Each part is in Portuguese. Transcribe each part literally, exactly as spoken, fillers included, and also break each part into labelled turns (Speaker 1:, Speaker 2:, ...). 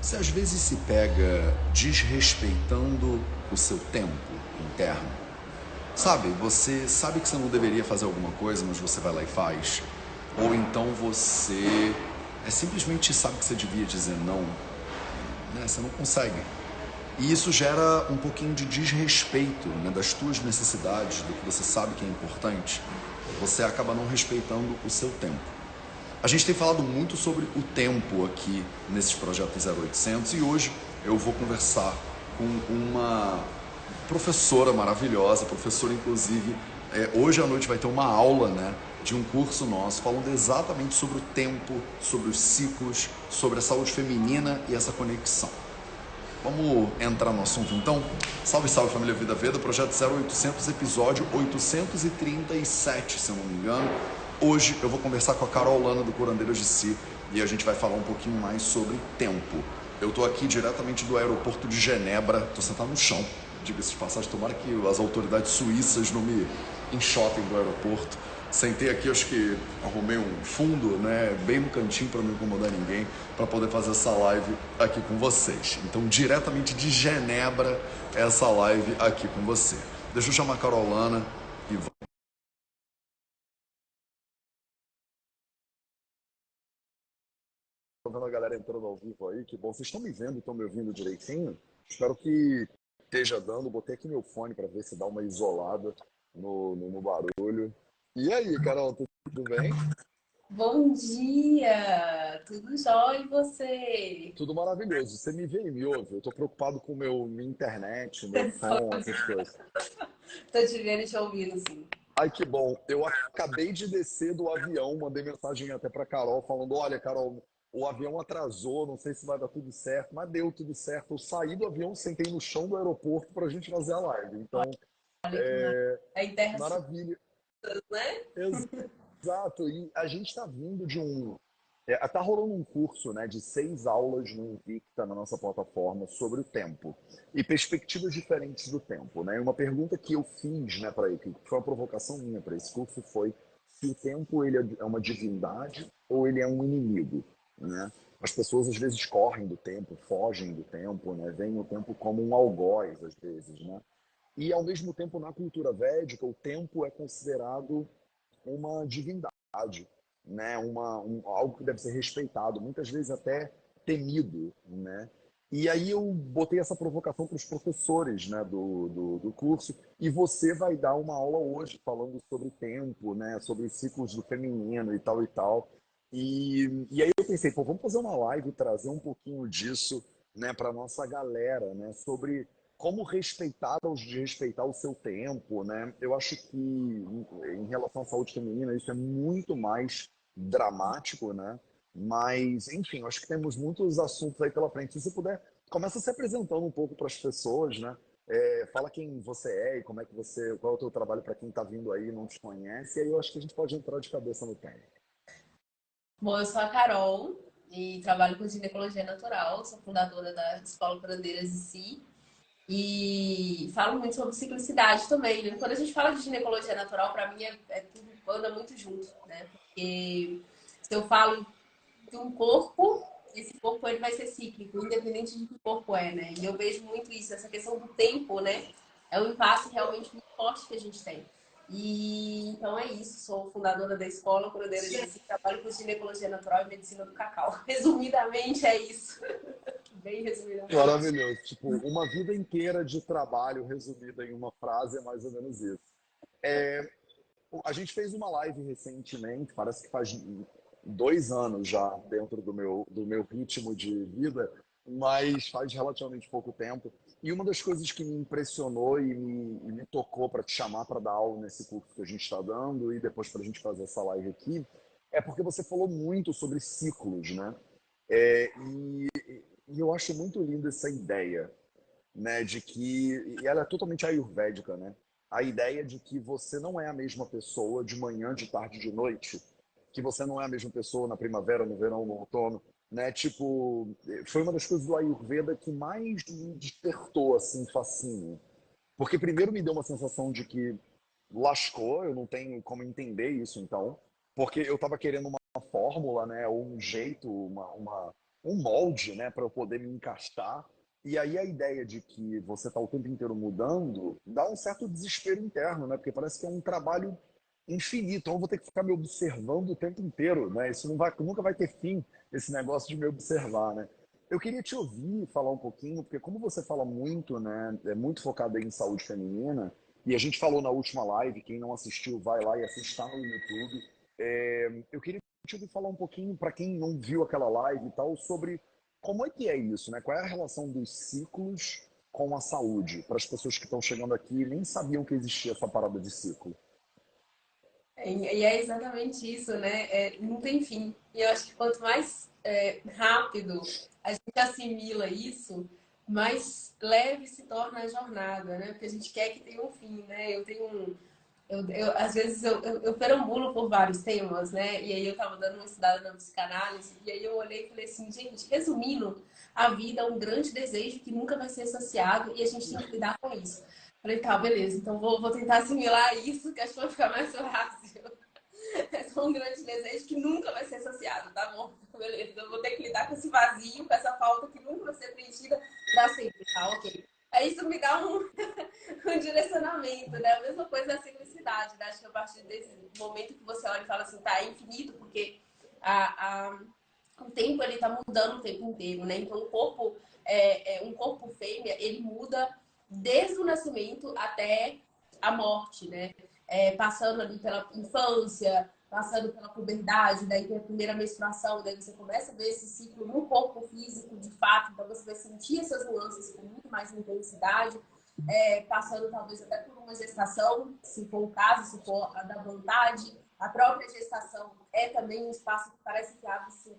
Speaker 1: Você às vezes se pega desrespeitando o seu tempo interno. Sabe, você sabe que você não deveria fazer alguma coisa, mas você vai lá e faz. Ou então você é simplesmente sabe que você devia dizer não, né? Você não consegue. E isso gera um pouquinho de desrespeito, né, das tuas necessidades, do que você sabe que é importante. Você acaba não respeitando o seu tempo. A gente tem falado muito sobre o tempo aqui nesses projetos zero oitocentos e hoje eu vou conversar com uma professora maravilhosa, professora inclusive, é, hoje à noite vai ter uma aula, né, de um curso nosso falando exatamente sobre o tempo, sobre os ciclos, sobre a saúde feminina e essa conexão. Vamos entrar no assunto então? Salve, salve família Vida Veda, projeto zero oitocentos, episódio oitocentos e trinta e sete, se eu não me engano. Hoje eu vou conversar com a Carol Lana do Curandeiras de Si e a gente vai falar um pouquinho mais sobre tempo. Eu tô aqui diretamente do aeroporto de Genebra, tô sentado no chão, diga-se de passagem, tomara que as autoridades suíças não me enxotem do aeroporto. Sentei aqui, acho que arrumei um fundo, né, bem no cantinho para não incomodar ninguém, para poder fazer essa live aqui com vocês. Então, diretamente de Genebra, essa live aqui com você. Deixa eu chamar a Carolana e vamos. Tô vendo a galera entrando ao vivo aí, que bom. Vocês estão me vendo, estão me ouvindo direitinho? Espero que esteja dando. Botei aqui meu fone para ver se dá uma isolada no, no, no barulho. E aí, Carol, tudo bem?
Speaker 2: Bom dia! Tudo jóia e você?
Speaker 1: Tudo maravilhoso. Você me vê e me ouve? Eu tô preocupado com o meu, minha internet, meu som, essas coisas.
Speaker 2: Tô te vendo e te ouvindo, sim.
Speaker 1: Ai, que bom. Eu acabei de descer do avião, mandei mensagem até pra Carol, falando: olha, Carol, o avião atrasou, não sei se vai dar tudo certo, mas deu tudo certo. Eu saí do avião, sentei no chão do aeroporto pra gente fazer a live. Então,
Speaker 2: Olha que maravilha.
Speaker 1: é,
Speaker 2: A internet,
Speaker 1: maravilha.
Speaker 2: né?
Speaker 1: Exato. E a gente está vindo de um. É, tá rolando um curso, né, de seis aulas no Invicta na nossa plataforma sobre o tempo e perspectivas diferentes do tempo, né? E uma pergunta que eu fiz, né, para ele, que foi uma provocação minha para esse curso, foi se o tempo ele é uma divindade ou ele é um inimigo, né? As pessoas às vezes correm do tempo, fogem do tempo, né? Veem o tempo como um algoz às vezes, né? E ao mesmo tempo na cultura védica o tempo é considerado uma divindade, né? Uma, um, algo que deve ser respeitado, muitas vezes até temido, né? E aí eu botei essa provocação para os professores, né, do, do, do curso, e você vai dar uma aula hoje falando sobre tempo, né, sobre os ciclos do feminino e tal e tal. E, e aí eu pensei, pô, vamos fazer uma live e trazer um pouquinho disso, né, para nossa galera, né, sobre como respeitar ou desrespeitar o seu tempo, né? Eu acho que em relação à saúde feminina isso é muito mais dramático, né? Mas, enfim, eu acho que temos muitos assuntos aí pela frente. Se você puder, começa se apresentando um pouco para as pessoas, né? É, fala quem você é e como é que você, qual é o teu trabalho para quem está vindo aí e não te conhece. E aí eu acho que a gente pode entrar de cabeça no tema.
Speaker 2: Bom, eu sou a Carol e trabalho com ginecologia natural, sou fundadora da Escola Curandeiras de Si e falo muito sobre ciclicidade também, né? Quando a gente fala de ginecologia natural, para mim é, é tudo anda muito junto, né? Porque se eu falo de um corpo, esse corpo ele vai ser cíclico, independente de que corpo é, né? E eu vejo muito isso, essa questão do tempo, né? É um impasse realmente muito forte que a gente tem. E então é isso, sou fundadora da escola Curandeira de Si, trabalho com ginecologia natural e medicina do cacau. Resumidamente é isso. Bem resumidamente.
Speaker 1: Maravilhoso. Tipo, uma vida inteira de trabalho resumida em uma frase é mais ou menos isso. É, a gente fez uma live recentemente, parece que faz dois anos já dentro do meu, do meu ritmo de vida, mas faz relativamente pouco tempo. E uma das coisas que me impressionou e me, e me tocou para te chamar para dar aula nesse curso que a gente está dando e depois para a gente fazer essa live aqui, é porque você falou muito sobre ciclos, né? É, e, e eu acho muito linda essa ideia, né, de que e ela é totalmente ayurvédica, né? A ideia de que você não é a mesma pessoa de manhã, de tarde, de noite, que você não é a mesma pessoa na primavera, no verão, no outono, né? Tipo, foi uma das coisas do Ayurveda que mais me despertou assim fascínio, porque primeiro me deu uma sensação de que lascou, eu não tenho como entender isso então, porque eu estava querendo uma fórmula, né, ou um jeito, uma, uma
Speaker 3: um molde, né, para eu poder me encaixar. E aí a ideia de que você está o tempo inteiro mudando dá um certo desespero interno, né? Porque parece que é um trabalho infinito. Então eu vou ter que ficar me observando o tempo inteiro, né? Isso não vai, nunca vai ter fim, esse negócio de me observar, né? Eu queria te ouvir falar um pouquinho, porque como você fala muito, né, é muito focado aí em saúde feminina, e a gente falou na última live, quem não assistiu, vai lá e assiste, está no YouTube. É, eu queria te ouvir falar um pouquinho, para quem não viu aquela live e tal, sobre como é que é isso, né? Qual é a relação dos ciclos com a saúde? Para as pessoas que estão chegando aqui e nem sabiam que existia essa parada de ciclo.
Speaker 2: E é exatamente isso, né? É, não tem fim. E eu acho que quanto mais é, rápido a gente assimila isso, mais leve se torna a jornada, né? Porque a gente quer que tenha um fim, né? Eu tenho um. Eu, eu, às vezes eu, eu, eu perambulo por vários temas, né? E aí eu tava dando uma estudada na psicanálise, e aí eu olhei e falei assim, gente, resumindo, a vida é um grande desejo que nunca vai ser saciado e a gente tem que lidar com isso. Falei, tá, beleza, então vou, vou tentar assimilar isso, que acho que vai ficar mais fácil. É só um grande desejo que nunca vai ser saciado, tá bom? Beleza, eu vou ter que lidar com esse vazio, com essa falta que nunca vai ser preenchida pra sempre, tá? Ok. Aí isso me dá um, um direcionamento, né? A mesma coisa da simplicidade, né? Acho que a partir desse momento que você olha e fala assim, tá, é infinito, porque a, a, o tempo ele tá mudando o tempo inteiro, né? Então o corpo, é, é, um corpo fêmea, ele muda desde o nascimento até a morte, né? É, passando ali pela infância, passando pela puberdade, daí tem a primeira menstruação, daí você começa a ver esse ciclo no corpo físico, de fato, então você vai sentir essas nuances com muito mais intensidade, é, passando talvez até por uma gestação, se for o caso, se for a da vontade. A própria gestação é também um espaço que parece que abre-se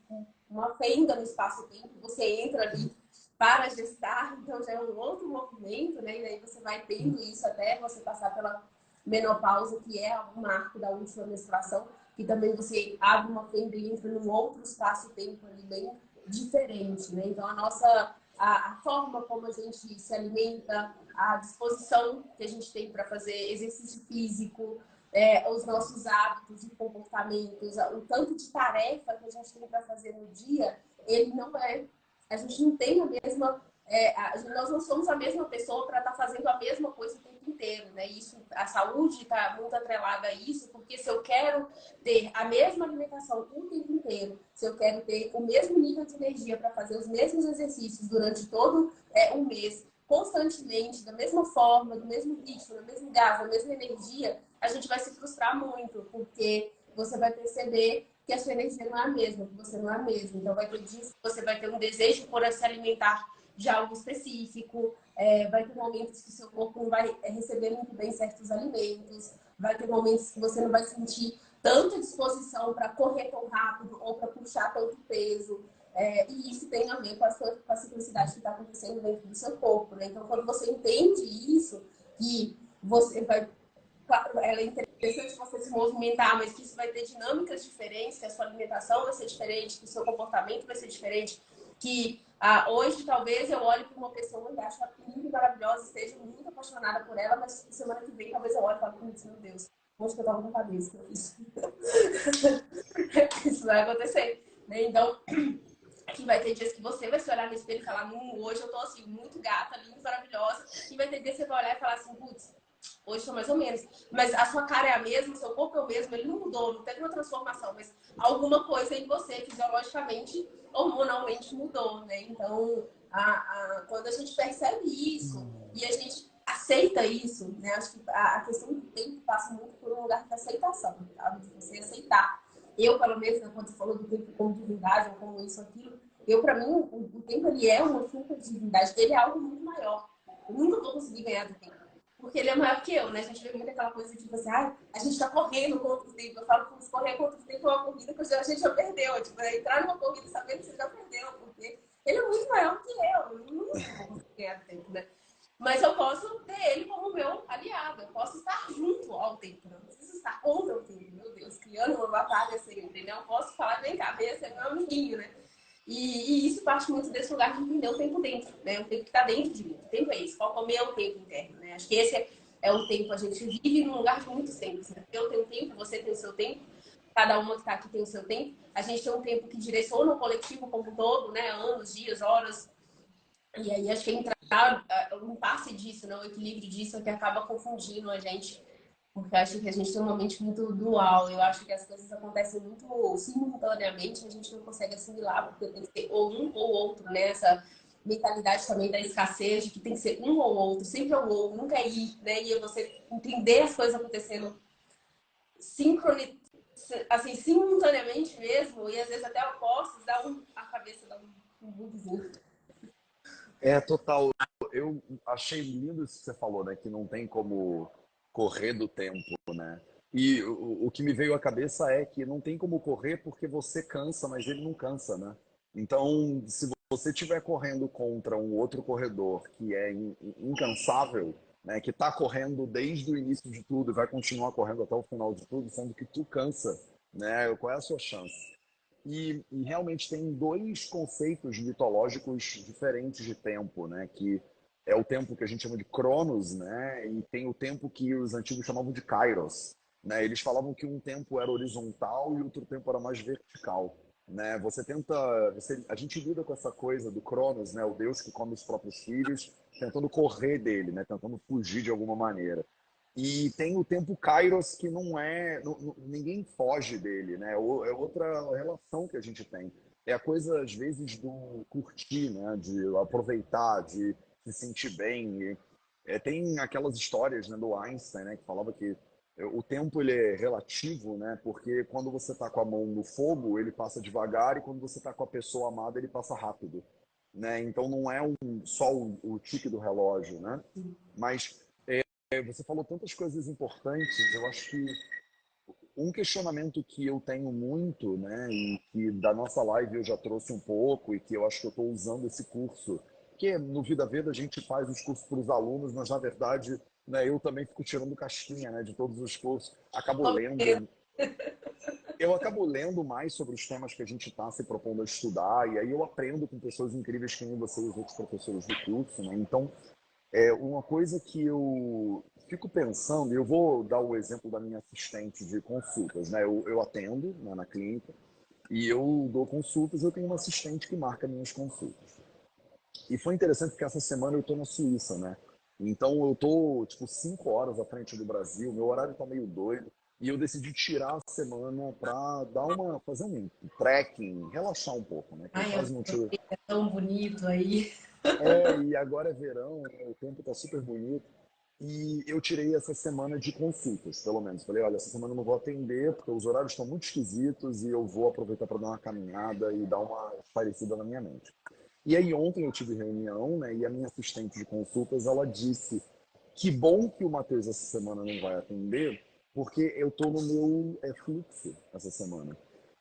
Speaker 2: uma fenda no espaço-tempo, você entra ali para gestar, então já é um outro movimento, né? E daí você vai tendo isso até você passar pela menopausa, que é o marco da última menstruação, que também você abre uma fenda e entra num outro espaço-tempo ali bem diferente, né? Então a nossa a, a forma como a gente se alimenta, a disposição que a gente tem para fazer exercício físico, é, os nossos hábitos e comportamentos, o tanto de tarefa que a gente tem para fazer no dia, ele não é. A gente não tem a mesma. É, a, nós não somos a mesma pessoa para estar tá fazendo a mesma coisa o tempo inteiro, né? Isso, a saúde está muito atrelada a isso, porque se eu quero ter a mesma alimentação o tempo inteiro, se eu quero ter o mesmo nível de energia para fazer os mesmos exercícios durante todo é, um mês, constantemente, da mesma forma, do mesmo ritmo, do mesmo gás, da mesma energia, a gente vai se frustrar muito, porque você vai perceber que a sua energia não é a mesma, que você não é a mesma. Então, vai ter dias que você vai ter um desejo por se alimentar de algo específico, é, vai ter momentos que seu corpo não vai receber muito bem certos alimentos, vai ter momentos que você não vai sentir tanta disposição para correr tão rápido ou para puxar tanto peso. É, e isso tem a ver com a, sua, com a simplicidade que está acontecendo dentro do seu corpo, né? Então, quando você entende isso, que você vai... Claro, ela é interessante você se movimentar, mas que isso vai ter dinâmicas diferentes, que a sua alimentação vai ser diferente, que o seu comportamento vai ser diferente, que ah, hoje talvez eu olhe para uma pessoa e acho linda e maravilhosa, esteja muito apaixonada por ela, mas semana que vem talvez eu olhe e fale, meu Deus, onde que eu estava com a cabeça que eu fiz? Isso vai acontecer, né? Então, que vai ter dias que você vai se olhar no espelho e falar, hum, hoje eu tô assim, muito gata, linda, maravilhosa, e vai ter dias que você vai olhar e falar assim, putz, hoje estou mais ou menos. Mas a sua cara é a mesma, o seu corpo é o mesmo, ele não mudou, não teve uma transformação, mas alguma coisa em você, fisiologicamente, hormonalmente mudou, né? Então, a, a, quando a gente percebe isso e a gente aceita isso, né? Acho que a, a questão do tempo passa muito por um lugar de aceitação, sabe? De você aceitar. Eu, pelo menos, né, quando você falou do tempo como divindade, ou como isso, aquilo, eu, para mim, o, o tempo, ele é uma forma de divindade, ele é algo muito maior. Eu nunca vou conseguir ganhar do tempo. Porque ele é maior que eu, né? A gente vê muito aquela coisa tipo assim, ah, a gente tá correndo contra o tempo. Eu falo que correr contra o tempo é uma corrida que a gente já perdeu. Tipo, é entrar numa corrida sabendo que você já perdeu, porque ele é muito maior que eu. Eu não vou conseguir ganhar do tempo, né? Mas eu posso ter ele como meu aliado. Eu posso estar junto ao tempo. Não preciso estar contra o tempo. Meu Deus, criando uma batalha assim, entendeu? Eu posso falar, vem cá, vem, você é meu amiguinho, né? E, e isso parte muito desse lugar de entender o tempo dentro, né? O tempo que está dentro de mim. O tempo é isso. Qual é o meu tempo interno, né? Acho que esse é, é o tempo. A gente vive num lugar de muito simples, né? Eu tenho tempo, você tem o seu tempo. cada uma que está aqui tem o seu tempo. A gente tem um tempo que direciona o coletivo como um todo, né? Anos, dias, horas. E aí acho que entrar o impasse disso, né? O equilíbrio disso é que acaba confundindo a gente. Porque acho que a gente tem uma mente muito dual. Eu acho que as coisas acontecem muito simultaneamente, a gente não consegue assimilar, porque tem que ser ou um ou outro, né? Essa mentalidade também da escassez, de que tem que ser um ou outro, sempre é o outro, nunca é ir, né? E você entender as coisas acontecendo sincroni... assim, simultaneamente mesmo, e às vezes até opostos, dá um... a cabeça dá um, um bugzinho.
Speaker 3: É, total. Eu achei lindo isso que você falou, né? Que não tem como correr do tempo, né? E o, o que me veio à cabeça é que não tem como correr porque você cansa, mas ele não cansa, né? Então, se você estiver correndo contra um outro corredor que é in, incansável, né? Que está correndo desde o início de tudo e vai continuar correndo até o final de tudo, sendo que tu cansa, né? Qual é a sua chance? E, e realmente tem dois conceitos mitológicos diferentes de tempo, né? Que é o tempo que a gente chama de Cronos, né? E tem o tempo que os antigos chamavam de Kairos, né? Eles falavam que um tempo era horizontal e outro tempo era mais vertical, né? Você tenta, você, a gente lida com essa coisa do Cronos, né? O deus que come os próprios filhos, tentando correr dele, né? Tentando fugir de alguma maneira. E tem o tempo Kairos, que não é. Não, não- ninguém foge dele, né? O- É outra relação que a gente tem. É a coisa, às vezes, do curtir, né? De aproveitar, de se sentir bem. E, é, tem aquelas histórias, né, do Einstein, né? Que falava que o tempo ele é relativo, né? Porque quando você está com a mão no fogo, ele passa devagar, e quando você está com a pessoa amada, ele passa rápido, né? Então não é um, só o, o tique do relógio, né? Mas você falou tantas coisas importantes. Eu acho que um questionamento que eu tenho muito, né, e que da nossa live eu já trouxe um pouco, e que eu acho que eu estou usando esse curso, que no Vida Veda a gente faz os cursos para os alunos, mas na verdade, né, eu também fico tirando casquinha, né, de todos os cursos. Acabo lendo, eu acabo lendo mais sobre os temas que a gente está se propondo a estudar, e aí eu aprendo com pessoas incríveis que nem você e os outros professores do curso, né? Então, é uma coisa que eu fico pensando, e eu vou dar o exemplo da minha assistente de consultas, né? Eu, eu atendo, né, na clínica e eu dou consultas, eu tenho uma assistente que marca minhas consultas. E foi interessante porque essa semana eu estou na Suíça, né? Então eu tô tipo cinco horas à frente do Brasil, meu horário tá meio doido, e eu decidi tirar a semana para dar uma fazer um trekking, relaxar um pouco, né? Que
Speaker 2: Ai, eu
Speaker 3: quase não tiro.
Speaker 2: é tão bonito aí.
Speaker 3: É, e agora é verão, né? O tempo tá super bonito. E eu tirei essa semana de consultas, pelo menos. Falei, olha, essa semana eu não vou atender, porque os horários estão muito esquisitos e eu vou aproveitar para dar uma caminhada e dar uma parecida na minha mente. E aí ontem eu tive reunião, né, e a minha assistente de consultas, ela disse que bom que o Matheus essa semana não vai atender, porque eu tô no meu é, fluxo essa semana.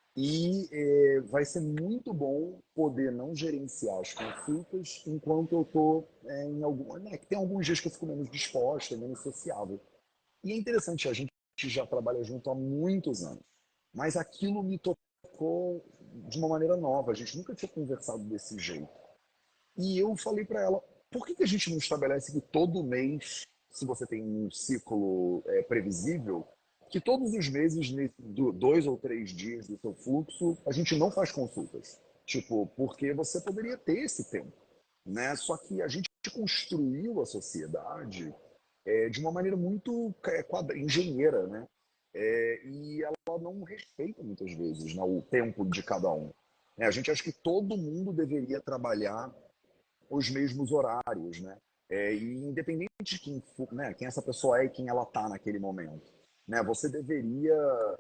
Speaker 3: E é, vai ser muito bom poder não gerenciar as consultas enquanto eu estou é, em algum. Né, que tem alguns dias que eu fico menos disposta, menos sociável. E é interessante, a gente já trabalha junto há muitos anos, mas aquilo me tocou de uma maneira nova. A gente nunca tinha conversado desse jeito. E eu falei para ela: por que que a gente não estabelece que todo mês, se você tem um ciclo é, previsível, que todos os meses, ne- do- dois ou três dias do seu fluxo, a gente não faz consultas? Tipo, porque você poderia ter esse tempo, né? Só que a gente construiu a sociedade é, de uma maneira muito é, quadra- engenheira, né? É, e ela não respeita muitas vezes, né, o tempo de cada um. É, a gente acha que todo mundo deveria trabalhar os mesmos horários, né? É, e independente de quem, for, né, quem essa pessoa é e quem ela está naquele momento, né? Você deveria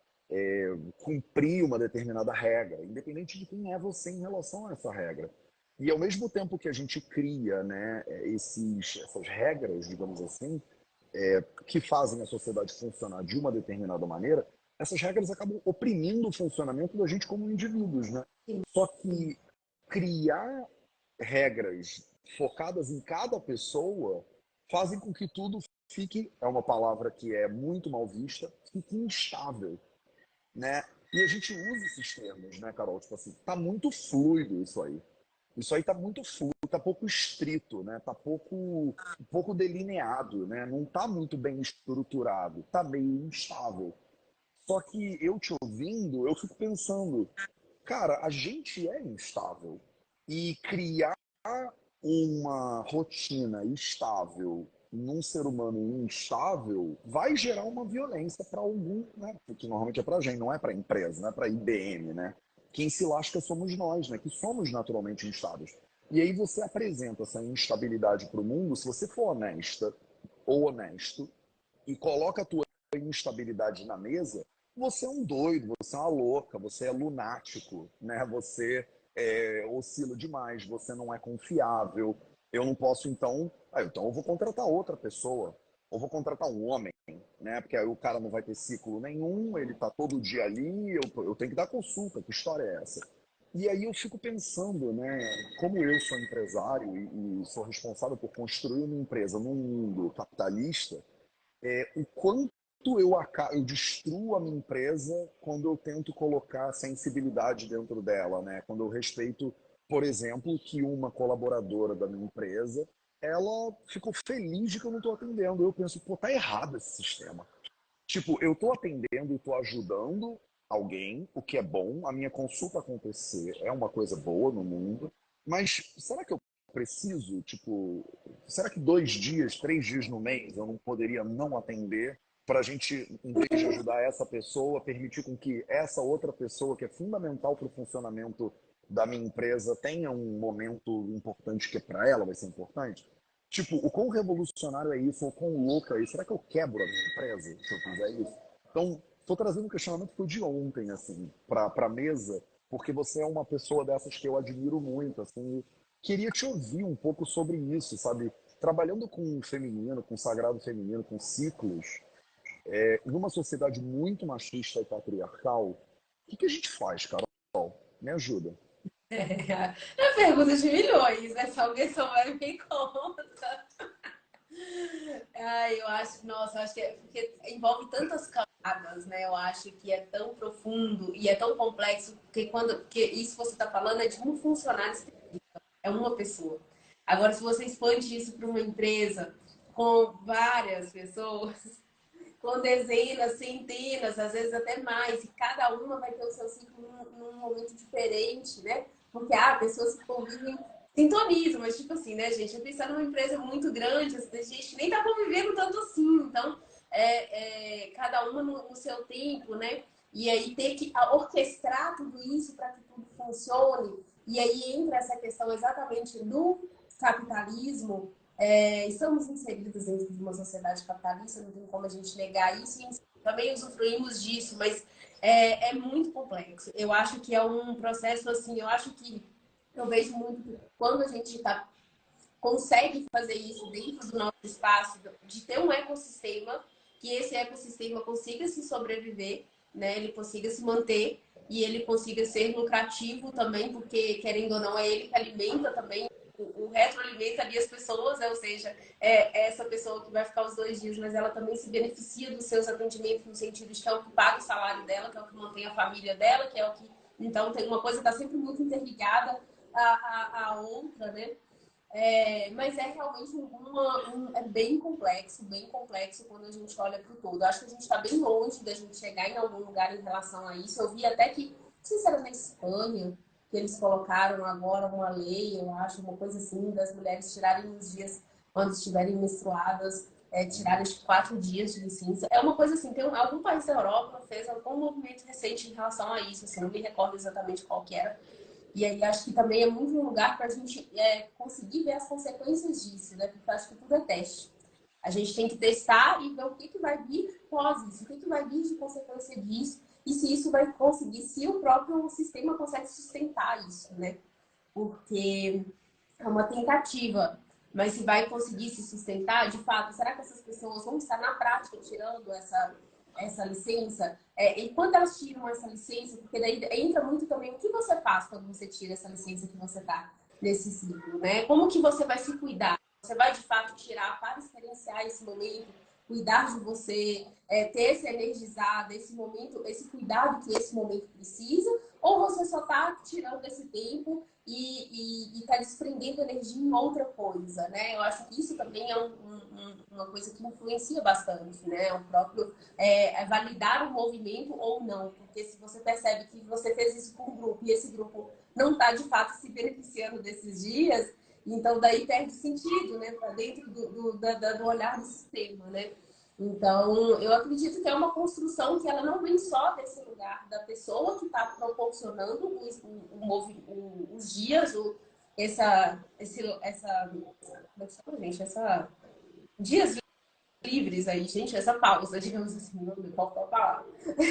Speaker 3: é, cumprir uma determinada regra, independente de quem é você em relação a essa regra. E ao mesmo tempo que a gente cria, né, esses, essas regras, digamos assim, é, que fazem a sociedade funcionar de uma determinada maneira, essas regras acabam oprimindo o funcionamento da gente como indivíduos, né?
Speaker 2: Sim.
Speaker 3: Só que criar regras focadas em cada pessoa fazem com que tudo fique, é uma palavra que é muito mal vista, fique instável, né? E a gente usa esses termos, né, Carol? Tipo assim, tá muito fluido isso aí. Isso aí tá muito fluido, tá pouco estrito, né? Tá pouco, pouco delineado, né? Não tá muito bem estruturado, tá meio instável. Só que eu te ouvindo, eu fico pensando, cara, a gente é instável. E criar uma rotina estável num ser humano instável vai gerar uma violência para algum, né? Que normalmente é para a gente, não é para a empresa, não é para a I B M, né? Quem se lasca somos nós, né? Que somos naturalmente instáveis. E aí você apresenta essa instabilidade para o mundo, se você for honesta ou honesto e coloca a tua instabilidade na mesa, você é um doido, você é uma louca, você é lunático, né? Você é, oscila demais, você não é confiável. Eu não posso, então. Ah, então eu vou contratar outra pessoa. Ou vou contratar um homem, né? Porque aí o cara não vai ter ciclo nenhum, ele tá todo dia ali, eu, eu tenho que dar consulta. Que história é essa? E aí eu fico pensando, né? Como eu sou empresário e, e sou responsável por construir uma empresa num mundo capitalista, é, o quanto eu, eu destruo a minha empresa quando eu tento colocar sensibilidade dentro dela, né? Quando eu respeito, por exemplo, que uma colaboradora da minha empresa, ela ficou feliz de que eu não estou atendendo. Eu penso, pô, tá errado esse sistema. Tipo, eu estou atendendo e estou ajudando alguém, o que é bom, a minha consulta acontecer é uma coisa boa no mundo, mas será que eu preciso, tipo, será que dois dias, três dias no mês eu não poderia não atender para a gente, em vez de ajudar essa pessoa, permitir com que essa outra pessoa, que é fundamental para o funcionamento da minha empresa, tenha um momento importante que para ela vai ser importante? Tipo, o quão revolucionário é isso, o quão louco é isso? Será que eu quebro a minha empresa se eu fizer isso? Então, estou trazendo um questionamento que foi de ontem, assim, para a mesa, porque você é uma pessoa dessas que eu admiro muito, assim, queria te ouvir um pouco sobre isso, sabe? Trabalhando com o feminino, com o sagrado feminino, com ciclos, é, numa sociedade muito machista e patriarcal, o que, que a gente faz, Carol? Me ajuda.
Speaker 2: É a pergunta de milhões, né? Se alguém souber, me conta. Ai, eu acho, nossa, eu acho que é porque envolve tantas camadas, né? Eu acho que é tão profundo e é tão complexo, porque quando porque isso que você está falando é de um funcionário, é uma pessoa. Agora, se você expande isso para uma empresa com várias pessoas, com dezenas, centenas, às vezes até mais, e cada uma vai ter o seu ciclo num, num momento diferente, né? Porque ah, pessoas que convivem sintonizam, mas tipo assim, né, gente? Eu pensar numa empresa muito grande, a gente nem tá convivendo tanto assim, então é, é, cada uma no, no seu tempo, né? E aí ter que orquestrar tudo isso para que tudo funcione. E aí entra essa questão exatamente do capitalismo. É, estamos inseridos dentro de uma sociedade capitalista, não tem como a gente negar isso, e também usufruímos disso, mas é, é muito complexo. Eu acho que é um processo assim, eu acho que eu vejo muito que quando a gente tá, consegue fazer isso dentro do nosso espaço, de ter um ecossistema, que esse ecossistema consiga se sobreviver, né? Ele consiga se manter e ele consiga ser lucrativo também, porque, querendo ou não, é ele que alimenta também o, o retroalimenta ali as pessoas, né? Ou seja, é essa pessoa que vai ficar os dois dias, mas ela também se beneficia dos seus atendimentos no sentido de que é o que paga o salário dela, que é o que mantém a família dela, que é o que... Então, tem uma coisa que está sempre muito interligada à, à, outra, né? É, mas é realmente uma, um, é bem complexo, bem complexo quando a gente olha para o todo. Acho que a gente está bem longe da gente chegar em algum lugar em relação a isso. Eu vi até que, não sei se era na Espanha, que eles colocaram agora uma lei, eu acho, uma coisa assim, das mulheres tirarem os dias quando estiverem menstruadas, é, tirarem quatro dias de licença. É uma coisa assim, tem um, algum país da Europa fez algum movimento recente em relação a isso, assim, não me recordo exatamente qual que era. E aí acho que também é muito um lugar para a gente é, conseguir ver as consequências disso, né? Porque eu acho que tudo é teste. A gente tem que testar e ver o que, que vai vir pós isso, o que, que vai vir de consequência disso, e se isso vai conseguir, se o próprio sistema consegue sustentar isso, né? Porque é uma tentativa, mas se vai conseguir se sustentar, de fato, será que essas pessoas vão estar na prática tirando essa, essa licença? É, enquanto elas tiram essa licença, porque daí entra muito também o que você faz quando você tira essa licença que você está nesse ciclo, né? Como que você vai se cuidar? Você vai, de fato, tirar para experienciar esse momento, cuidar de você, é, ter essa energizada, esse momento, esse cuidado que esse momento precisa? ou você só está tirando esse tempo e está desprendendo energia em outra coisa, né? Eu acho que isso também é um, um, uma coisa que influencia bastante, né? O próprio é, é validar o movimento ou não, porque se você percebe que você fez isso com um grupo e esse grupo não está de fato se beneficiando desses dias, então daí perde sentido, né? Para dentro do, do, da, do olhar do sistema, né? Então, eu acredito que é uma construção que ela não vem só desse lugar da pessoa que está proporcionando os, o, o, o, os dias, o, essa, esse, essa, como é que chama, gente? Essa dias livres aí, gente, essa pausa, digamos assim, não me falta a palavra.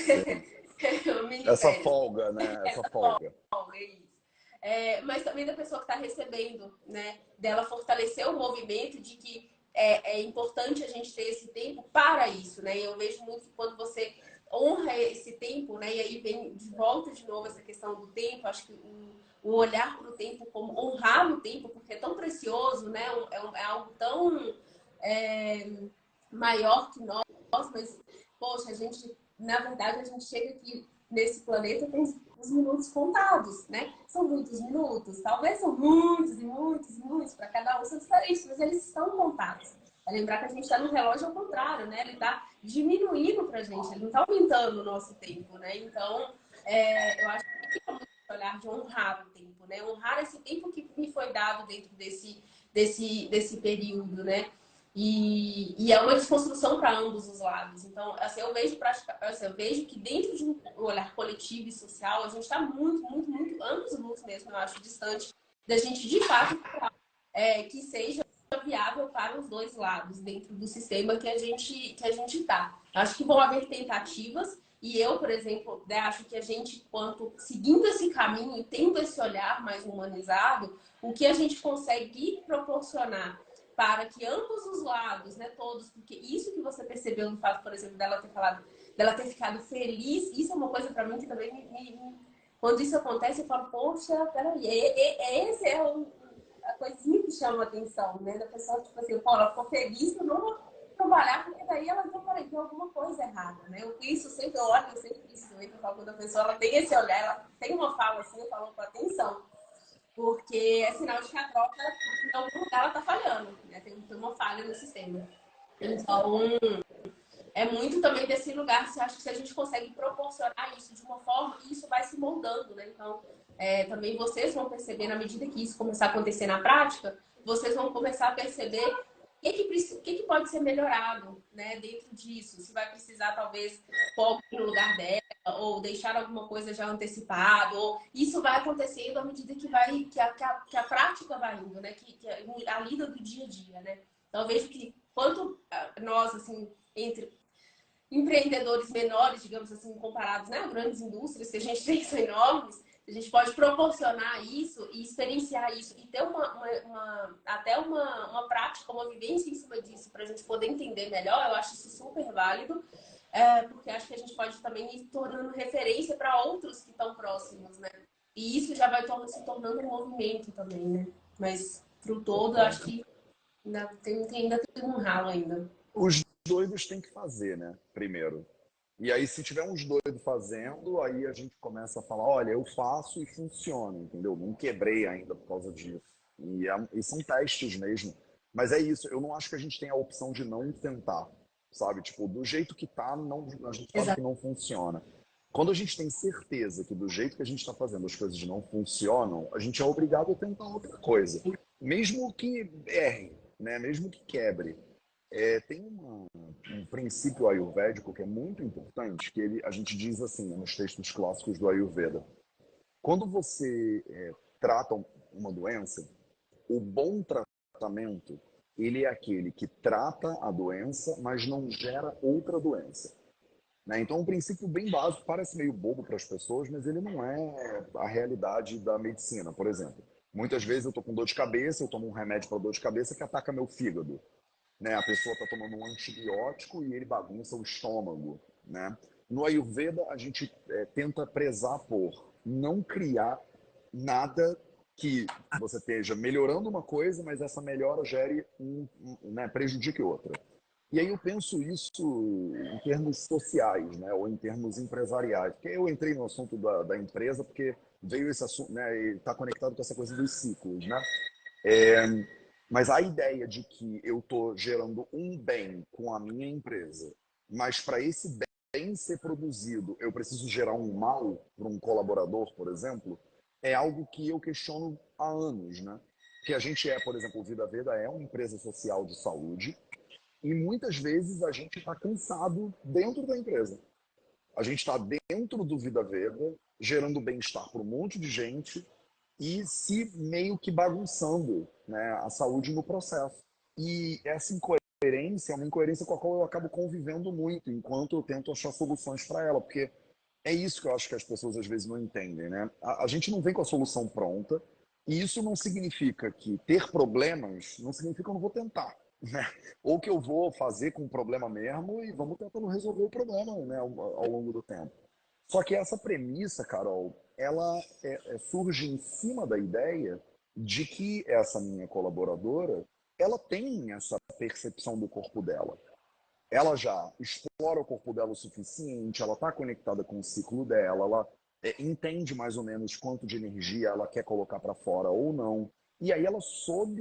Speaker 3: Essa folga, né? Essa folga.
Speaker 2: folga, é isso. É, mas também da pessoa que está recebendo, né? Dela fortalecer o movimento de que é, é importante a gente ter esse tempo para isso, né? Eu vejo muito que quando você honra esse tempo, né? E aí vem de volta de novo essa questão do tempo. Acho que o, o olhar para o tempo como honrar o tempo, porque é tão precioso, né? É, um, é algo tão é, maior que nós, mas, poxa, a gente, na verdade, a gente chega aqui nesse planeta tem os minutos contados, né? São muitos minutos, talvez são muitos e muitos e muitos, para cada um são diferentes, mas eles estão contados. É lembrar que a gente está no relógio ao contrário, né? Ele está diminuindo para a gente, ele não está aumentando o nosso tempo, né? Então, é, eu acho que fica muito esse olhar de honrar o tempo, né? Honrar esse tempo que me foi dado dentro desse, desse, desse período, né? E, e é uma desconstrução para ambos os lados. Então, assim, eu vejo assim, eu vejo que dentro de um olhar coletivo e social, a gente está muito, muito, muito, ambos muito mesmo, eu acho, distante da gente, de fato, é, que seja viável para os dois lados dentro do sistema que a gente que a gente está. Acho que vão haver tentativas e eu, por exemplo, né, acho que a gente, quanto seguindo esse caminho e tendo esse olhar mais humanizado, o que a gente consegue proporcionar para que ambos os lados, né, todos, porque isso que você percebeu no fato, por exemplo, dela ter falado, dela ter ficado feliz, isso é uma coisa para mim que também me, me, me, quando isso acontece, eu falo, poxa, peraí, é, é, é, esse é o, a coisinha que chama a atenção, né, da pessoa, tipo assim, pô, ela ficou feliz, eu não vou trabalhar, porque daí ela, então, peraí, tem alguma coisa errada, né, eu penso sempre, eu olho, eu sempre isso também, que eu falo, quando a pessoa, ela tem esse olhar, ela tem uma fala assim, eu falo com atenção. Porque é sinal de que a troca, em algum lugar, ela está falhando, né? Tem, tem uma falha no sistema. Então, é muito também desse lugar, se acho que se a gente consegue proporcionar isso de uma forma, isso vai se moldando, né? Então, é, também vocês vão perceber, na medida que isso começar a acontecer na prática, vocês vão começar a perceber o que, que, o que, que pode ser melhorado, né, dentro disso. Se vai precisar, talvez, pôr no lugar dela, ou deixar alguma coisa já antecipada, ou isso vai acontecendo à medida que, vai, que, a, que, a, que a prática vai indo, né? Que, que a, a lida do dia a dia, né? Então, eu vejo que quanto nós, assim, entre empreendedores menores, digamos assim, comparados, né, a grandes indústrias que a gente tem, são enormes, a gente pode proporcionar isso e experienciar isso e ter uma, uma, uma até uma, uma prática, uma vivência em cima disso para a gente poder entender melhor. Eu acho isso super válido, é, porque acho que a gente pode também ir tornando referência para outros que estão próximos, né? E isso já vai tor se tornando um movimento também, né? Mas pro todo, eu acho que ainda tem, tem, ainda tem um ralo ainda.
Speaker 3: Os doidos têm que fazer, né? Primeiro. E aí, se tiver uns doidos fazendo, aí a gente começa a falar, olha, eu faço e funciona, entendeu? Não quebrei ainda por causa disso. E, é, e são testes mesmo. Mas é isso, eu não acho que a gente tem a opção de não tentar, sabe? Tipo, do jeito que tá, não, a gente sabe
Speaker 2: Exato.
Speaker 3: que não funciona. Quando a gente tem certeza que do jeito que a gente está fazendo as coisas não funcionam, a gente é obrigado a tentar outra coisa. Mesmo que erre, né? Mesmo que quebre. É, tem uma, um princípio ayurvédico que é muito importante, que ele, a gente diz assim, nos textos clássicos do Ayurveda. Quando você é, trata uma doença, o bom tratamento, ele é aquele que trata a doença, mas não gera outra doença. Né? Então, um princípio bem básico, parece meio bobo para as pessoas, mas ele não é a realidade da medicina. Por exemplo, muitas vezes eu estou com dor de cabeça, eu tomo um remédio para dor de cabeça que ataca meu fígado. Né? A pessoa está tomando um antibiótico e ele bagunça o estômago. Né? No Ayurveda, a gente é, tenta prezar por não criar nada que você esteja melhorando uma coisa, mas essa melhora gere um, um né, prejudique outra. E aí eu penso isso em termos sociais, né? Ou em termos empresariais. Porque eu entrei no assunto da, da empresa porque veio esse assunto, né? E está conectado com essa coisa dos ciclos, né? É, mas a ideia de que eu estou gerando um bem com a minha empresa, mas para esse bem ser produzido, eu preciso gerar um mal para um colaborador, por exemplo, é algo que eu questiono há anos, né? Que a gente é, por exemplo, o Vida Veda é uma empresa social de saúde e muitas vezes a gente está cansado dentro da empresa. A gente está dentro do Vida Veda, gerando bem-estar para um monte de gente e se meio que bagunçando, né, a saúde no processo. E essa incoerência é uma incoerência com a qual eu acabo convivendo muito enquanto eu tento achar soluções para ela, porque é isso que eu acho que as pessoas às vezes não entendem, né? A, a gente não vem com a solução pronta e isso não significa que ter problemas não significa que eu não vou tentar, né? Ou que eu vou fazer com o problema mesmo e vamos tentando resolver o problema, né, ao, ao longo do tempo. Só que essa premissa, Carol, ela é, é, surge em cima da ideia de que essa minha colaboradora, ela tem essa percepção do corpo dela. Ela já explora o corpo dela o suficiente, ela está conectada com o ciclo dela, ela é, entende mais ou menos quanto de energia ela quer colocar para fora ou não. E aí ela soube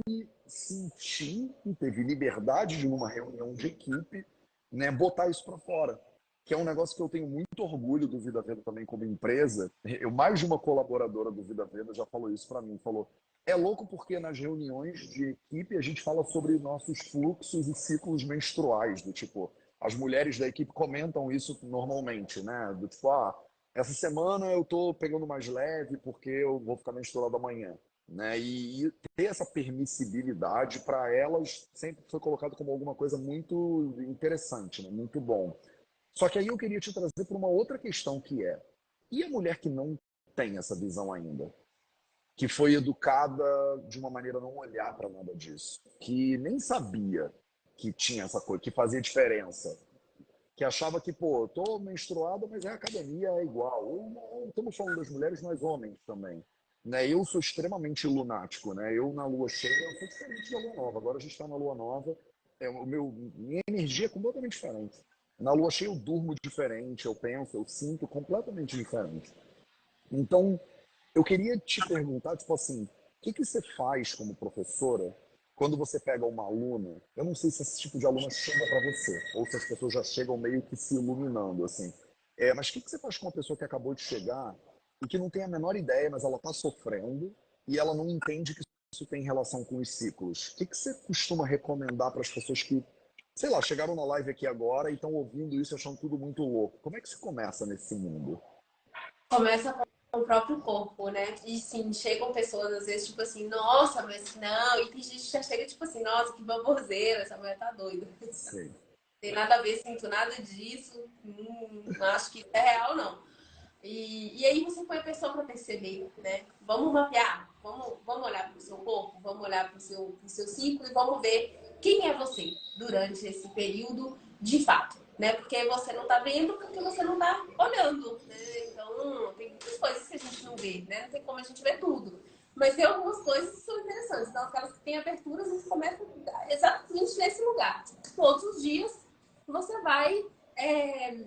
Speaker 3: sentir e teve liberdade de, numa reunião de equipe, né, botar isso para fora, que é um negócio que eu tenho muito orgulho do Vida Veda também como empresa. Eu, mais de uma colaboradora do Vida Veda já falou isso para mim, falou, é louco porque nas reuniões de equipe a gente fala sobre nossos fluxos e ciclos menstruais, do tipo, as mulheres da equipe comentam isso normalmente, né, do tipo, ah, essa semana eu tô pegando mais leve porque eu vou ficar menstruada amanhã, né, e, e ter essa permissibilidade para elas sempre foi colocado como alguma coisa muito interessante, né, muito bom. Só que aí eu queria te trazer para uma outra questão que é, e a mulher que não tem essa visão ainda? Que foi educada de uma maneira a não olhar para nada disso, que nem sabia que tinha essa coisa, que fazia diferença, que achava que, pô, tô menstruada, mas a academia é igual. Ou não estamos falando das mulheres, mas homens também. Né? Eu sou extremamente lunático, né? Eu na lua cheia, eu sou diferente da lua nova. Agora a gente está na lua nova, é, o meu, minha energia é completamente diferente. Na lua cheia eu durmo diferente, eu penso, eu sinto completamente diferente. Então, eu queria te perguntar, tipo assim, o que que você faz como professora quando você pega uma aluna? Eu não sei se esse tipo de aluna chega para você, ou se as pessoas já chegam meio que se iluminando, assim. É, mas o que que você faz com uma pessoa que acabou de chegar e que não tem a menor ideia, mas ela está sofrendo e ela não entende que isso tem relação com os ciclos? O que que você costuma recomendar para as pessoas que, sei lá, chegaram na live aqui agora e estão ouvindo isso e achando tudo muito louco? Como é que se começa nesse mundo?
Speaker 2: Começa com o próprio corpo, né? E sim, chegam pessoas às vezes, tipo assim, nossa, mas não. E tem gente que já chega, tipo assim, nossa, que baboseira, essa mulher tá doida.
Speaker 3: Sei.
Speaker 2: Tem nada a ver, sinto nada disso. Hum, não acho que isso é real, não. E, e aí você põe a pessoa para perceber, né? Vamos mapear, vamos, vamos olhar para o seu corpo, vamos olhar para o seu, pro seu ciclo e vamos ver quem é você durante esse período de fato, né? Porque você não está vendo porque você não está olhando, né? Então, tem muitas coisas que a gente não vê, né? Não tem como a gente ver tudo. Mas tem algumas coisas que são interessantes. Então, aquelas que têm aberturas, a gente começa exatamente nesse lugar. Todos os dias você vai é,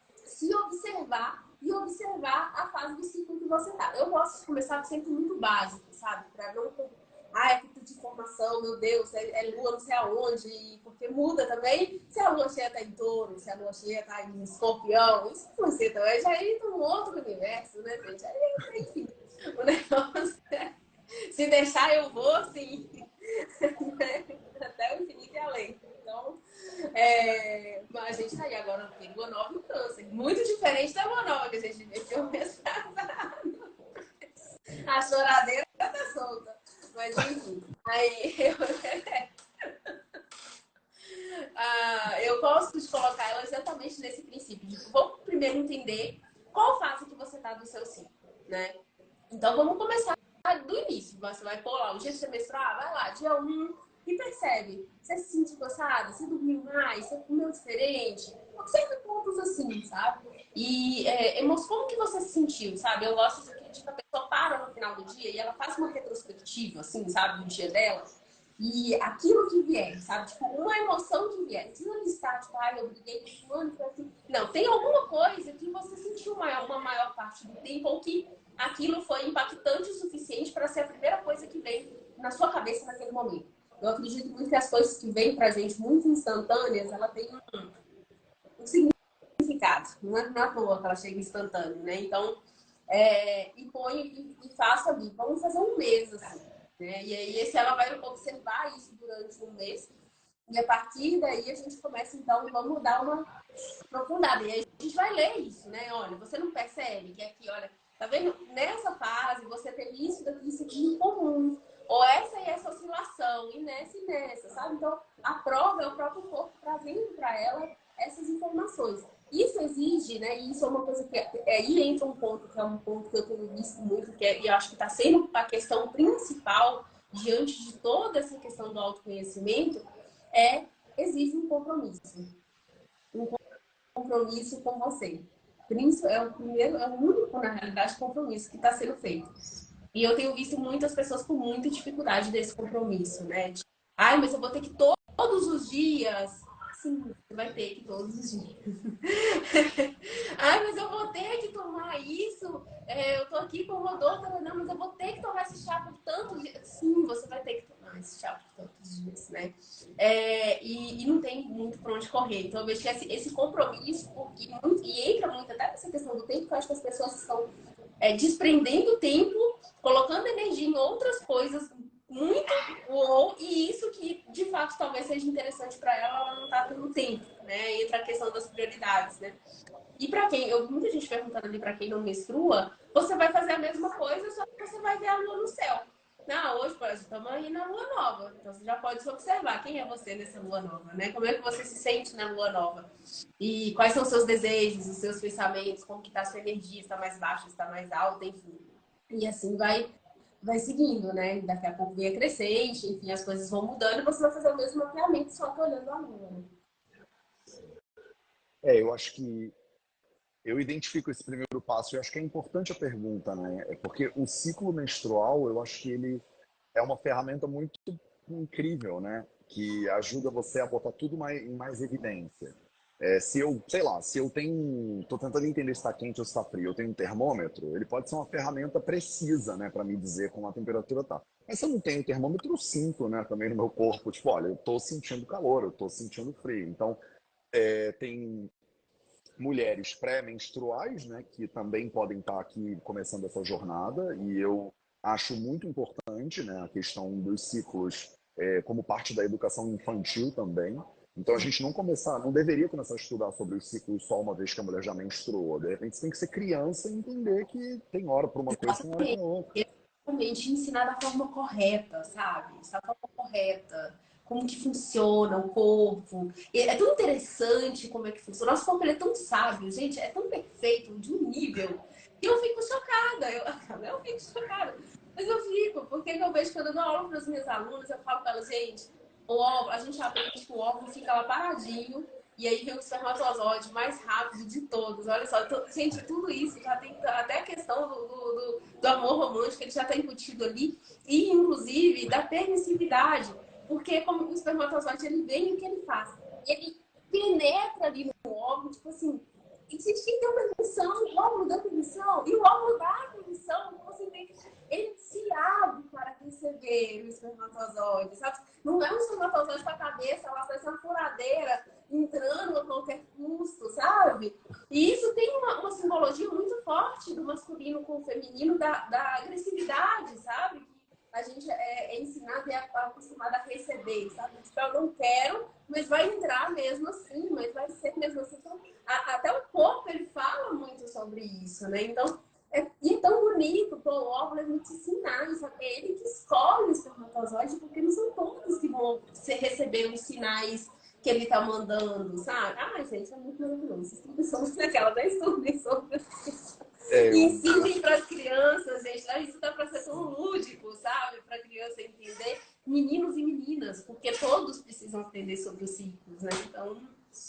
Speaker 2: se observar e observar a fase do ciclo que você tá. Eu gosto de começar sempre muito básico, sabe? Pra não... Ah, é fruto de informação, meu Deus, é, é lua não sei aonde, porque muda também se a lua cheia tá em touro, se a lua cheia tá em escorpião, isso você também já entra num outro universo, né, gente? Aí, enfim, o negócio é... Se deixar, eu vou, sim. Até o infinito e além. Então, é... mas a gente tá aí agora tem lua nova e câncer. Muito diferente da lua nova que a gente viu o mês passado. A choradeira tá solta. Mas enfim, aí eu... ah, eu gosto de colocar ela exatamente nesse princípio. De, vamos primeiro entender qual fase que você tá do seu ciclo, né? Então vamos começar do início. Você vai pôr lá o dia de semestral, vai lá, dia um, e percebe. Você se sentiu cansada? Você dormiu mais? Você comeu diferente? Sempre pontos assim, sabe? E é, como que você se sentiu, sabe? Eu gosto de que a pessoa para no final do dia e ela faz uma retrospectiva, assim, sabe? Do dia dela. E aquilo que vier, sabe? Tipo, uma emoção que vier. Não precisa listar, tipo, ai, eu briguei com fulano, foi assim. Não, tem alguma coisa que você sentiu maior, uma maior parte do tempo ou que aquilo foi impactante o suficiente para ser a primeira coisa que vem na sua cabeça naquele momento. Eu acredito muito que as coisas que vêm pra gente muito instantâneas, ela tem um, um significado. Não é na toa que ela chega instantânea, né? Então, é, e põe e, e faça ali. Vamos fazer um mês, assim. Né? E aí, esse ela vai observar isso durante um mês. E a partir daí, a gente começa, então, vamos dar uma aprofundada. E aí, a gente vai ler isso, né? Olha, você não percebe que aqui, olha, tá vendo? Nessa fase, você teve isso daqui, isso aqui em comum. Ou essa e essa oscilação, e nessa e nessa, sabe? Então, a prova é o próprio corpo trazendo para ela essas informações. Isso exige, né? E isso é uma coisa que. É, aí entra um ponto que é um ponto que eu tenho visto muito, que é, e eu acho que está sendo a questão principal diante de toda essa questão do autoconhecimento, é exige um compromisso. Um compromisso com você. Isso é o primeiro, é o único, na realidade, compromisso que está sendo feito. E eu tenho visto muitas pessoas com muita dificuldade desse compromisso, né? De, ai, mas eu vou ter que to todos os dias. Sim, você vai ter que todos os dias. Ai, mas eu vou ter que tomar isso. É, eu tô aqui com uma dor, não, mas eu vou ter que tomar esse chá por tantos dias. Sim, você vai ter que tomar esse chá por tantos dias, né? É, e, e não tem muito para onde correr. Então, eu vejo que esse, esse compromisso, porque, e entra muito até nessa questão do tempo, que eu acho que as pessoas estão é, desprendendo tempo, colocando energia em outras coisas muito ou e isso que de fato talvez seja interessante para ela, ela não está tendo tempo, né? Entra a questão das prioridades, né? E para quem, eu muita gente perguntando ali para quem não menstrua, você vai fazer a mesma coisa, só que você vai ver a lua no céu. Não, hoje, por exemplo, estamos aí na lua nova. Então você já pode se observar quem é você nessa lua nova, né? Como é que você se sente na lua nova? E quais são os seus desejos, os seus pensamentos, como que está a sua energia, está mais baixa, está mais alta, enfim. E assim vai vai seguindo, né? Daqui a pouco vem a crescente, enfim, as coisas vão mudando e você vai fazer o mesmo mapeamento, só que olhando a lua, né?
Speaker 3: É, eu acho que eu identifico esse primeiro passo e acho que é importante a pergunta, né? É porque o ciclo menstrual, eu acho que ele é uma ferramenta muito incrível, né? Que ajuda você a botar tudo mais, em mais evidência. É, se eu, sei lá, se eu tenho, tô tentando entender se está quente ou se está frio, eu tenho um termômetro, ele pode ser uma ferramenta precisa, né, para me dizer como a temperatura tá. Mas se eu não tenho termômetro, eu sinto, né, também no meu corpo, tipo, olha, eu tô sentindo calor, eu tô sentindo frio. Então, é, tem mulheres pré-menstruais, né, que também podem estar aqui começando essa jornada, e eu acho muito importante, né, a questão dos ciclos é, como parte da educação infantil também. Então a gente não começar, não deveria começar a estudar sobre os ciclos só uma vez que a mulher já menstruou. De repente você tem que ser criança e entender que tem hora para uma coisa e tem hora para outra.
Speaker 2: Exatamente, ensinar da forma correta, sabe? Da forma correta. Como que funciona o corpo. E é tão interessante como é que funciona. Nosso corpo ele é tão sábio, gente, é tão perfeito, de um nível, que eu fico chocada. Eu, eu fico chocada. Mas eu fico, porque eu vejo quando eu dou aula para as minhas alunas, eu falo para elas, gente, o óvulo, a gente aprende que o óvulo fica lá paradinho, e aí vem o espermatozoide mais rápido de todos. Olha só, tô, gente, tudo isso já tem até a questão do, do, do, do amor romântico, ele já está embutido ali, e inclusive da permissividade, porque como o espermatozoide ele vem e o que ele faz? Ele penetra ali no óvulo, tipo assim, e a gente tem que ter uma permissão, o óvulo dá permissão, e o óvulo dá permissão, então você tem ele se abre para receber o espermatozoide, sabe? Não é um espermatozoide com a cabeça, lá parece uma furadeira entrando a qualquer custo, sabe? E isso tem uma, uma simbologia muito forte do masculino com o feminino, da, da agressividade, sabe? A gente é, é ensinado e é acostumado a receber, sabe? Tipo, eu não quero, mas vai entrar mesmo assim, mas vai ser mesmo assim. Então, a, até o corpo, ele fala muito sobre isso, né? Então, é, e é tão bonito, pô, o óvulo é muitos sinais, sabe? É ele que escolhe o espermatozoide, porque não são todos que vão receber os sinais que ele tá mandando, sabe? Ai, gente, é muito maravilhoso. Vocês estudem sobre aquela, né? Estudem sobre isso.
Speaker 3: É,
Speaker 2: E
Speaker 3: eu, eu,
Speaker 2: ensinem para as crianças, gente. Isso dá para ser tão lúdico, sabe? Para a criança entender. Meninos e meninas, porque todos precisam entender sobre os ciclos, né? Então.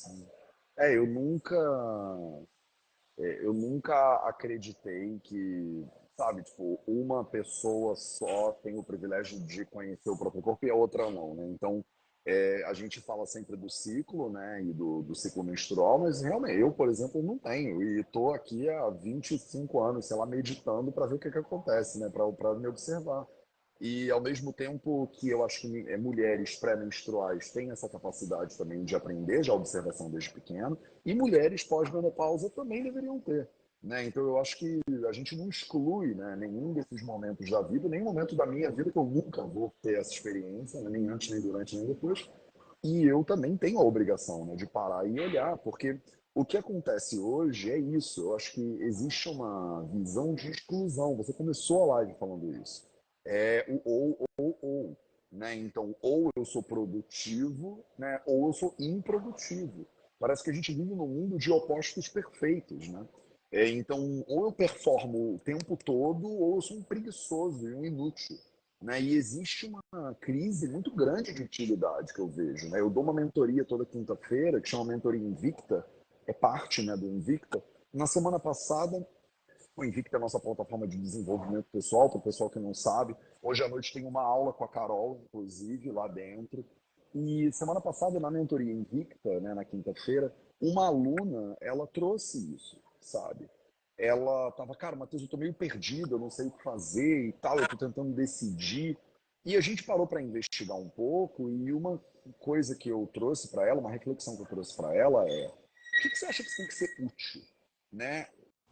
Speaker 3: é, eu nunca, é, eu nunca acreditei que, sabe? Tipo, uma pessoa só tem o privilégio de conhecer o próprio corpo e a outra não, né? Então, é, a gente fala sempre do ciclo, né? E do, do ciclo menstrual, mas realmente, eu, por exemplo, não tenho. E tô aqui há vinte e cinco anos, sei lá, meditando para ver o que que acontece, né? Para me observar. E, ao mesmo tempo que eu acho que é, mulheres pré-menstruais têm essa capacidade também de aprender já a observação desde pequeno, e mulheres pós-menopausa também deveriam ter, né? Então, eu acho que a gente não exclui, né, nenhum desses momentos da vida, nenhum momento da minha vida que eu nunca vou ter essa experiência, né, nem antes, nem durante, nem depois. E eu também tenho a obrigação, né, de parar e olhar, porque o que acontece hoje é isso. Eu acho que existe uma visão de exclusão. Você começou a live falando isso. É o ou, ou, ou, né? Então, ou eu sou produtivo, né? Ou eu sou improdutivo. Parece que a gente vive num mundo de opostos perfeitos, né? É, então, ou eu performo o tempo todo, ou eu sou um preguiçoso e um inútil, né? E existe uma crise muito grande de utilidade que eu vejo, né? Eu dou uma mentoria toda quinta-feira, que chama Mentoria Invicta, é parte, né, do Invicta. Na semana passada, o Invicta é a nossa plataforma de desenvolvimento pessoal, para o pessoal que não sabe. Hoje à noite tem uma aula com a Carol, inclusive, lá dentro. E semana passada, na mentoria Invicta, né, na quinta-feira, uma aluna, ela trouxe isso, sabe? Ela tava, cara, Matheus, eu tô meio perdido, eu não sei o que fazer e tal, eu tô tentando decidir. E a gente parou para investigar um pouco e uma coisa que eu trouxe para ela, uma reflexão que eu trouxe para ela é: o que que você acha que tem que ser útil, né?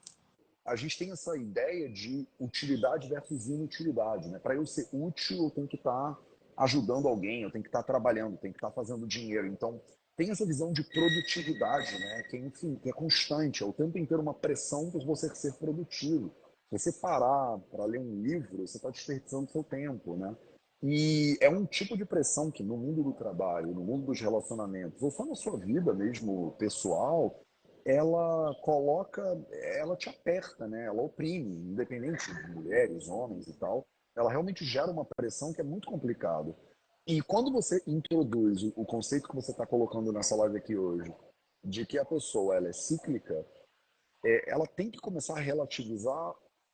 Speaker 3: A gente tem essa ideia de utilidade versus inutilidade, né? Para eu ser útil, eu tenho que estar ajudando alguém, eu tenho que estar trabalhando, eu tenho que estar fazendo dinheiro. Então, tem essa visão de produtividade, né? Que, enfim, que é constante, é o tempo inteiro uma pressão por você ser produtivo. Se você parar para ler um livro, você está desperdiçando seu tempo, né? E é um tipo de pressão que no mundo do trabalho, no mundo dos relacionamentos, ou só na sua vida mesmo pessoal, ela coloca, ela te aperta, né? Ela oprime, independente de mulheres, homens e tal. Ela realmente gera uma pressão que é muito complicada. E quando você introduz o conceito que você está colocando nessa live aqui hoje, de que a pessoa ela é cíclica, é, ela tem que começar a relativizar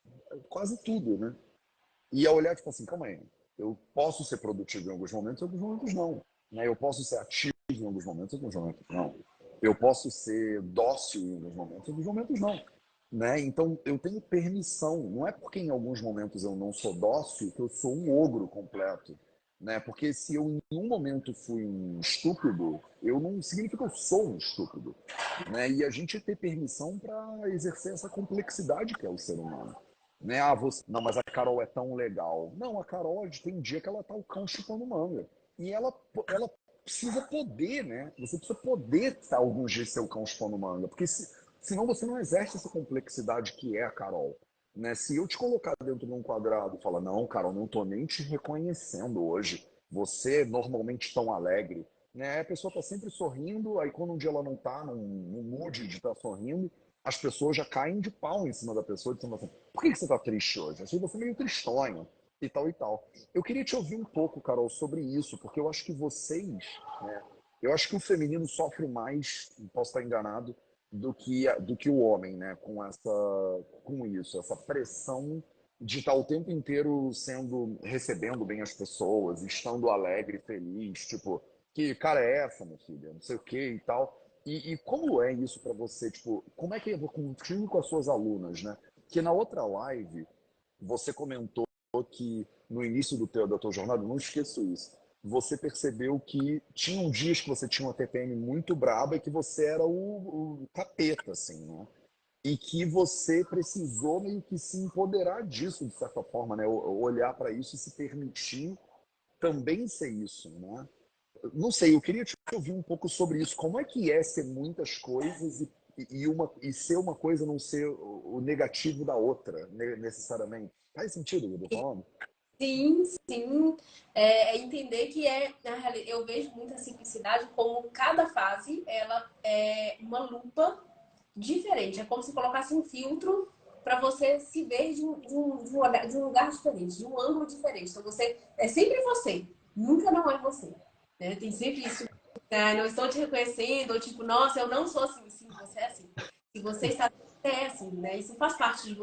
Speaker 3: quase tudo, né? E a olhar tipo assim, calma aí, eu posso ser produtivo em alguns momentos, em alguns momentos não. Né? Eu posso ser ativo em alguns momentos, em alguns momentos não. Eu posso ser dócil em alguns momentos, em alguns momentos não. Né? Então eu tenho permissão. Não é porque em alguns momentos eu não sou dócil que eu sou um ogro completo. Né? Porque se eu em um momento fui um estúpido, eu não significa que eu sou um estúpido. Né? E a gente ter permissão para exercer essa complexidade que é o ser humano. Né? Ah, você... Não, mas a Carol é tão legal. Não, a Carol tem um dia que ela tá o cão chupando manga. E ela, ela precisa poder, né? Você precisa poder estar alguns dias ser o cão chupando manga. Porque se, senão você não exerce essa complexidade que é a Carol. Né? Se eu te colocar dentro de um quadrado e falar, não, Carol, não tô nem te reconhecendo hoje. Você é normalmente tão alegre. Né? A pessoa tá sempre sorrindo, aí quando um dia ela não tá num, num mood de estar tá sorrindo, as pessoas já caem de pau em cima da pessoa, dizendo assim, por que você tá triste hoje? Achei você meio tristonho, e tal e tal. Eu queria te ouvir um pouco, Carol, sobre isso, porque eu acho que vocês, né, eu acho que o feminino sofre mais, posso estar enganado, do que, do que o homem, né, com, essa, com isso, essa pressão de estar o tempo inteiro sendo, recebendo bem as pessoas, estando alegre, feliz, tipo, que cara é essa, minha filha, não sei o que e tal. E, e como é isso para você? Tipo, como é que é contigo com as suas alunas, né? Que na outra live você comentou que no início do teu, da tua jornada, não esqueço isso, você percebeu que tinham dias que você tinha uma T P M muito braba e que você era o, o capeta, assim, né? E que você precisou meio que se empoderar disso, de certa forma, né? Olhar para isso e se permitir também ser isso, né? Não sei, eu queria te ouvir um pouco sobre isso. Como é que é ser muitas coisas e, e, uma, e ser uma coisa não ser o, o negativo da outra, necessariamente? Faz sentido o que eu tô falando?
Speaker 2: Sim, sim. É, é entender que é, na realidade, eu vejo muita simplicidade como cada fase ela é uma lupa diferente. É como se colocasse um filtro para você se ver de um, de, um, de, um, olhar- de um lugar diferente, de um ângulo diferente. Então você é sempre você, nunca não é você. Né? Tem sempre isso. Né? Não estou te reconhecendo, ou tipo, nossa, eu não sou assim. Sim, você é assim. Se você está, você é assim, né? Isso faz parte de você.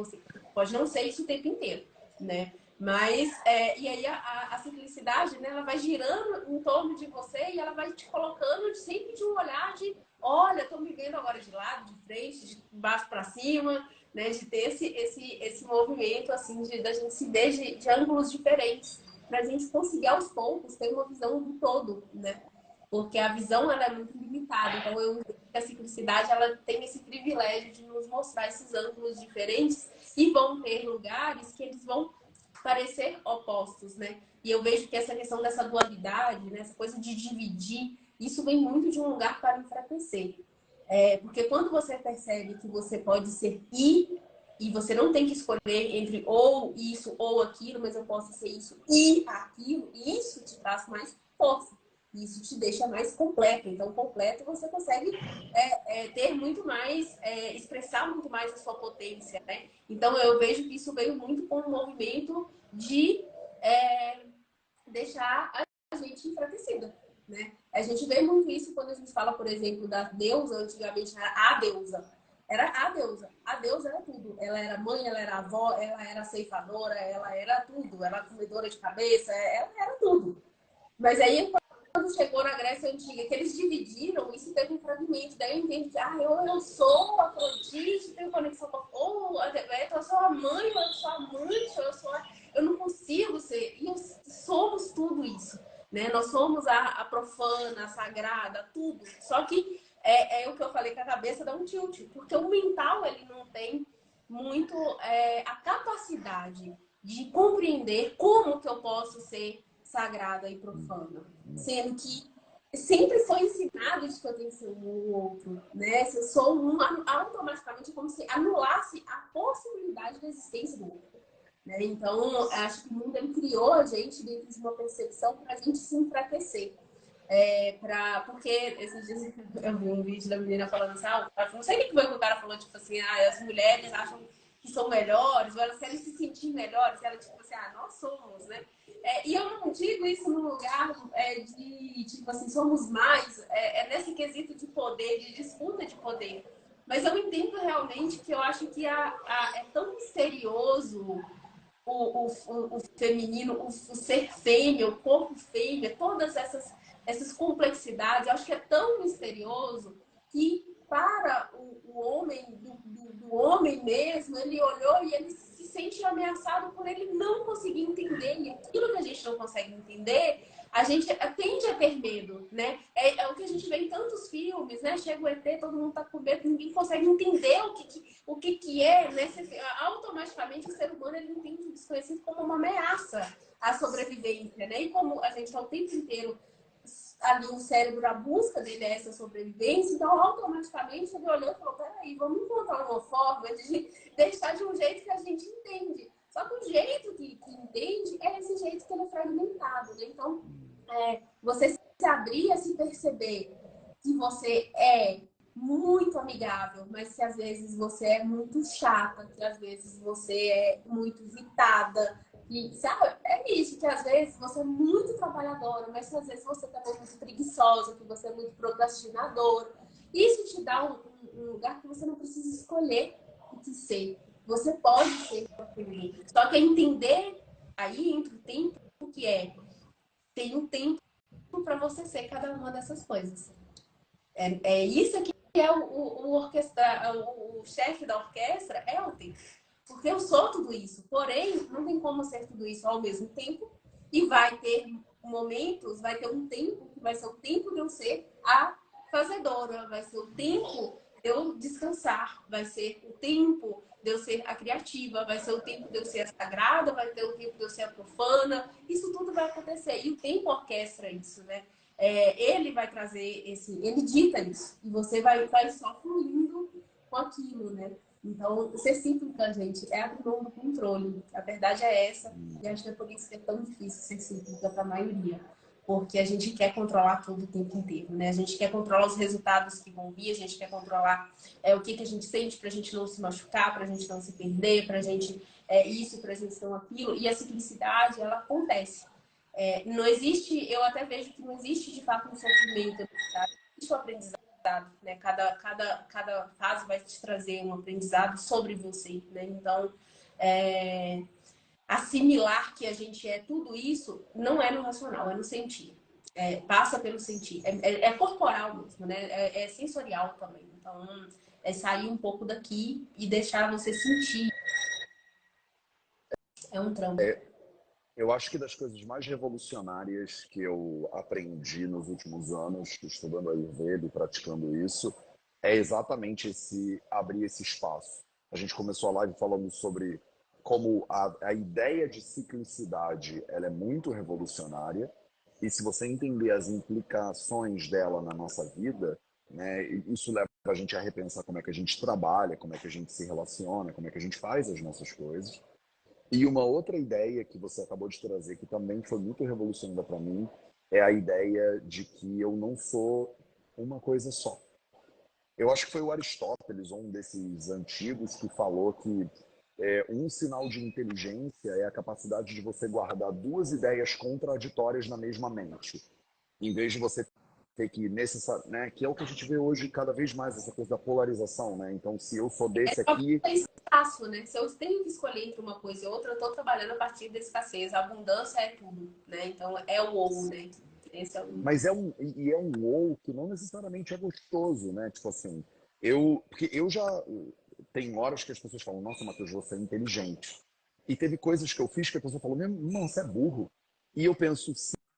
Speaker 2: Pode não ser isso o tempo inteiro, né? Mas, é, e aí a, a, a ciclicidade, né, ela vai girando em torno de você e ela vai te colocando sempre de um olhar de, olha, tô me vendo agora de lado, de frente, de baixo para cima, né, de ter esse, esse, esse movimento, assim, de, da gente se ver de, de ângulos diferentes, para a gente conseguir aos poucos ter uma visão do todo, né? Porque a visão, ela é muito limitada, então eu vejo que a ciclicidade, ela tem esse privilégio de nos mostrar esses ângulos diferentes e vão ter lugares que eles vão parecer opostos, né? E eu vejo que essa questão dessa dualidade, né? Essa coisa de dividir, isso vem muito de um lugar para enfraquecer. É, porque quando você percebe que você pode ser i, e você não tem que escolher entre ou isso ou aquilo, mas eu posso ser isso e aquilo, e isso te traz mais força. Isso te deixa mais completo. Então, completo, você consegue é, é, ter muito mais, é, expressar muito mais a sua potência, né? Então, eu vejo que isso veio muito com o movimento de é, deixar a gente enfraquecida, né? A gente vê muito isso quando a gente fala, por exemplo, da deusa, antigamente era a deusa. Era a deusa. A deusa era tudo. Ela era mãe, ela era avó, ela era ceifadora, ela era tudo. Ela era comedora de cabeça, ela era tudo. Mas aí, quando chegou na Grécia Antiga, que eles dividiram, isso teve um fragmento. Daí eu entendo que, ah, eu, eu sou Afrodite, tenho conexão com a... Ou eu sou a mãe, eu sou a amante, eu sou a... Eu não consigo ser... E eu, somos tudo isso, né? Nós somos a, a profana, a sagrada, tudo. Só que é, é o que eu falei, que a cabeça dá um tilt. Porque o mental, ele não tem muito é, a capacidade de compreender como que eu posso ser sagrada e profana, sendo que sempre foi ensinado de que eu tenho que ser um ou outro, né? Se eu sou um, automaticamente é como se anulasse a possibilidade da existência do outro, né? Então, acho que o mundo ele criou a gente dentro de uma percepção para a gente se enfraquecer. É, pra, porque esses dias eu vi um vídeo da menina falando assim, ah, não sei o que foi que o cara falou, tipo assim, ah, as mulheres acham que são melhores, ou elas querem se sentir melhores, ela tipo assim, ah, nós somos, né? É, e eu não digo isso no lugar é, de, tipo assim, somos mais, é, é nesse quesito de poder, de disputa de poder. Mas eu entendo realmente que eu acho que a, a, é tão misterioso o, o, o feminino, o, o ser fêmea, o corpo fêmea, todas essas, essas complexidades, eu acho que é tão misterioso que para o, o homem, do, do, do homem mesmo, ele olhou e ele se sente ameaçado por ele não conseguir entender. E aquilo que a gente não consegue entender, a gente tende a ter medo, né? É, é o que a gente vê em tantos filmes, né? Chega o E T, todo mundo tá com medo, ninguém consegue entender o que, que, o que, que é, né? Automaticamente o ser humano ele entende o desconhecido como uma ameaça à sobrevivência, né? E como a gente está o tempo inteiro ali o cérebro, a busca dele é essa sobrevivência, então automaticamente ele olhou e falou, peraí, vamos encontrar uma forma de deixar de um jeito que a gente entende. Só que o jeito que, que entende é esse jeito que ele é fragmentado, né? Então, é, você se abrir a se perceber que você é muito amigável, mas que às vezes você é muito chata, que às vezes você é muito irritada, e, sabe, é isso, que às vezes você é muito trabalhadora, mas que às vezes você também é muito preguiçosa, que você é muito procrastinadora. Isso te dá um, um lugar que você não precisa escolher o que ser. Você pode ser aquilo. Só que é entender aí entre o tempo que é. Tem um tempo para você ser cada uma dessas coisas. É, é isso que é o, o, o, orquestra, o, o chefe da orquestra, é o tempo. Porque eu sou tudo isso. Porém, não tem como ser tudo isso ao mesmo tempo. E vai ter momentos, vai ter um tempo que vai ser o tempo de eu ser a fazedora. Vai ser o tempo de eu descansar. Vai ser o tempo de eu ser a criativa. Vai ser o tempo de eu ser a sagrada. Vai ter o tempo de eu ser a profana. Isso tudo vai acontecer. E o tempo orquestra isso, né? É, ele vai trazer esse... Ele dita isso. E você vai, vai só fluindo com aquilo, né? Então, ser cíclica, gente, é abrir mão do controle. A verdade é essa. E acho que é por isso que é tão difícil ser cíclica para a maioria. Porque a gente quer controlar tudo o tempo inteiro, né? A gente quer controlar os resultados que vão vir, a gente quer controlar é, o que, que a gente sente para a gente não se machucar, para a gente não se perder, para a gente é, isso, para a gente não aquilo. E a ciclicidade, ela acontece. É, não existe, eu até vejo que não existe de fato um sofrimento, tá? Existe o aprendizado. Né? Cada, cada, cada fase vai te trazer um aprendizado sobre você, né? Então, é, assimilar que a gente é tudo isso, não é no racional, é no sentir. É, passa pelo sentir. É, é, é corporal mesmo, né? É, é sensorial também. Então, é sair um pouco daqui e deixar você sentir. É um trampo.
Speaker 3: É, eu acho que das coisas mais revolucionárias que eu aprendi nos últimos anos, estudando Ayurveda e praticando isso, é exatamente esse abrir esse espaço. A gente começou a live falando sobre como a, a ideia de ciclicidade ela é muito revolucionária, e se você entender as implicações dela na nossa vida, né, isso leva a gente a repensar como é que a gente trabalha, como é que a gente se relaciona, como é que a gente faz as nossas coisas. E uma outra ideia que você acabou de trazer, que também foi muito revolucionária para mim, é a ideia de que eu não sou uma coisa só. Eu acho que foi o Aristóteles, um desses antigos, que falou que é, um sinal de inteligência é a capacidade de você guardar duas ideias contraditórias na mesma mente. Em vez de você ter que necessar, né, que é o que a gente vê hoje cada vez mais, essa coisa da polarização, né? Então, se eu sou
Speaker 2: É
Speaker 3: desse
Speaker 2: só
Speaker 3: aqui,
Speaker 2: espaço, né? Se eu tenho que escolher entre uma coisa e outra, eu estou trabalhando a partir da escassez. A abundância é tudo, né? Então, é o ou, né? Esse é o...
Speaker 3: mas é um e é um ou que não necessariamente é gostoso, né? Tipo assim, eu porque eu já tem horas que as pessoas falam, nossa, Matheus, você é inteligente. E teve coisas que eu fiz que a pessoa falou, não, você é burro. E eu penso,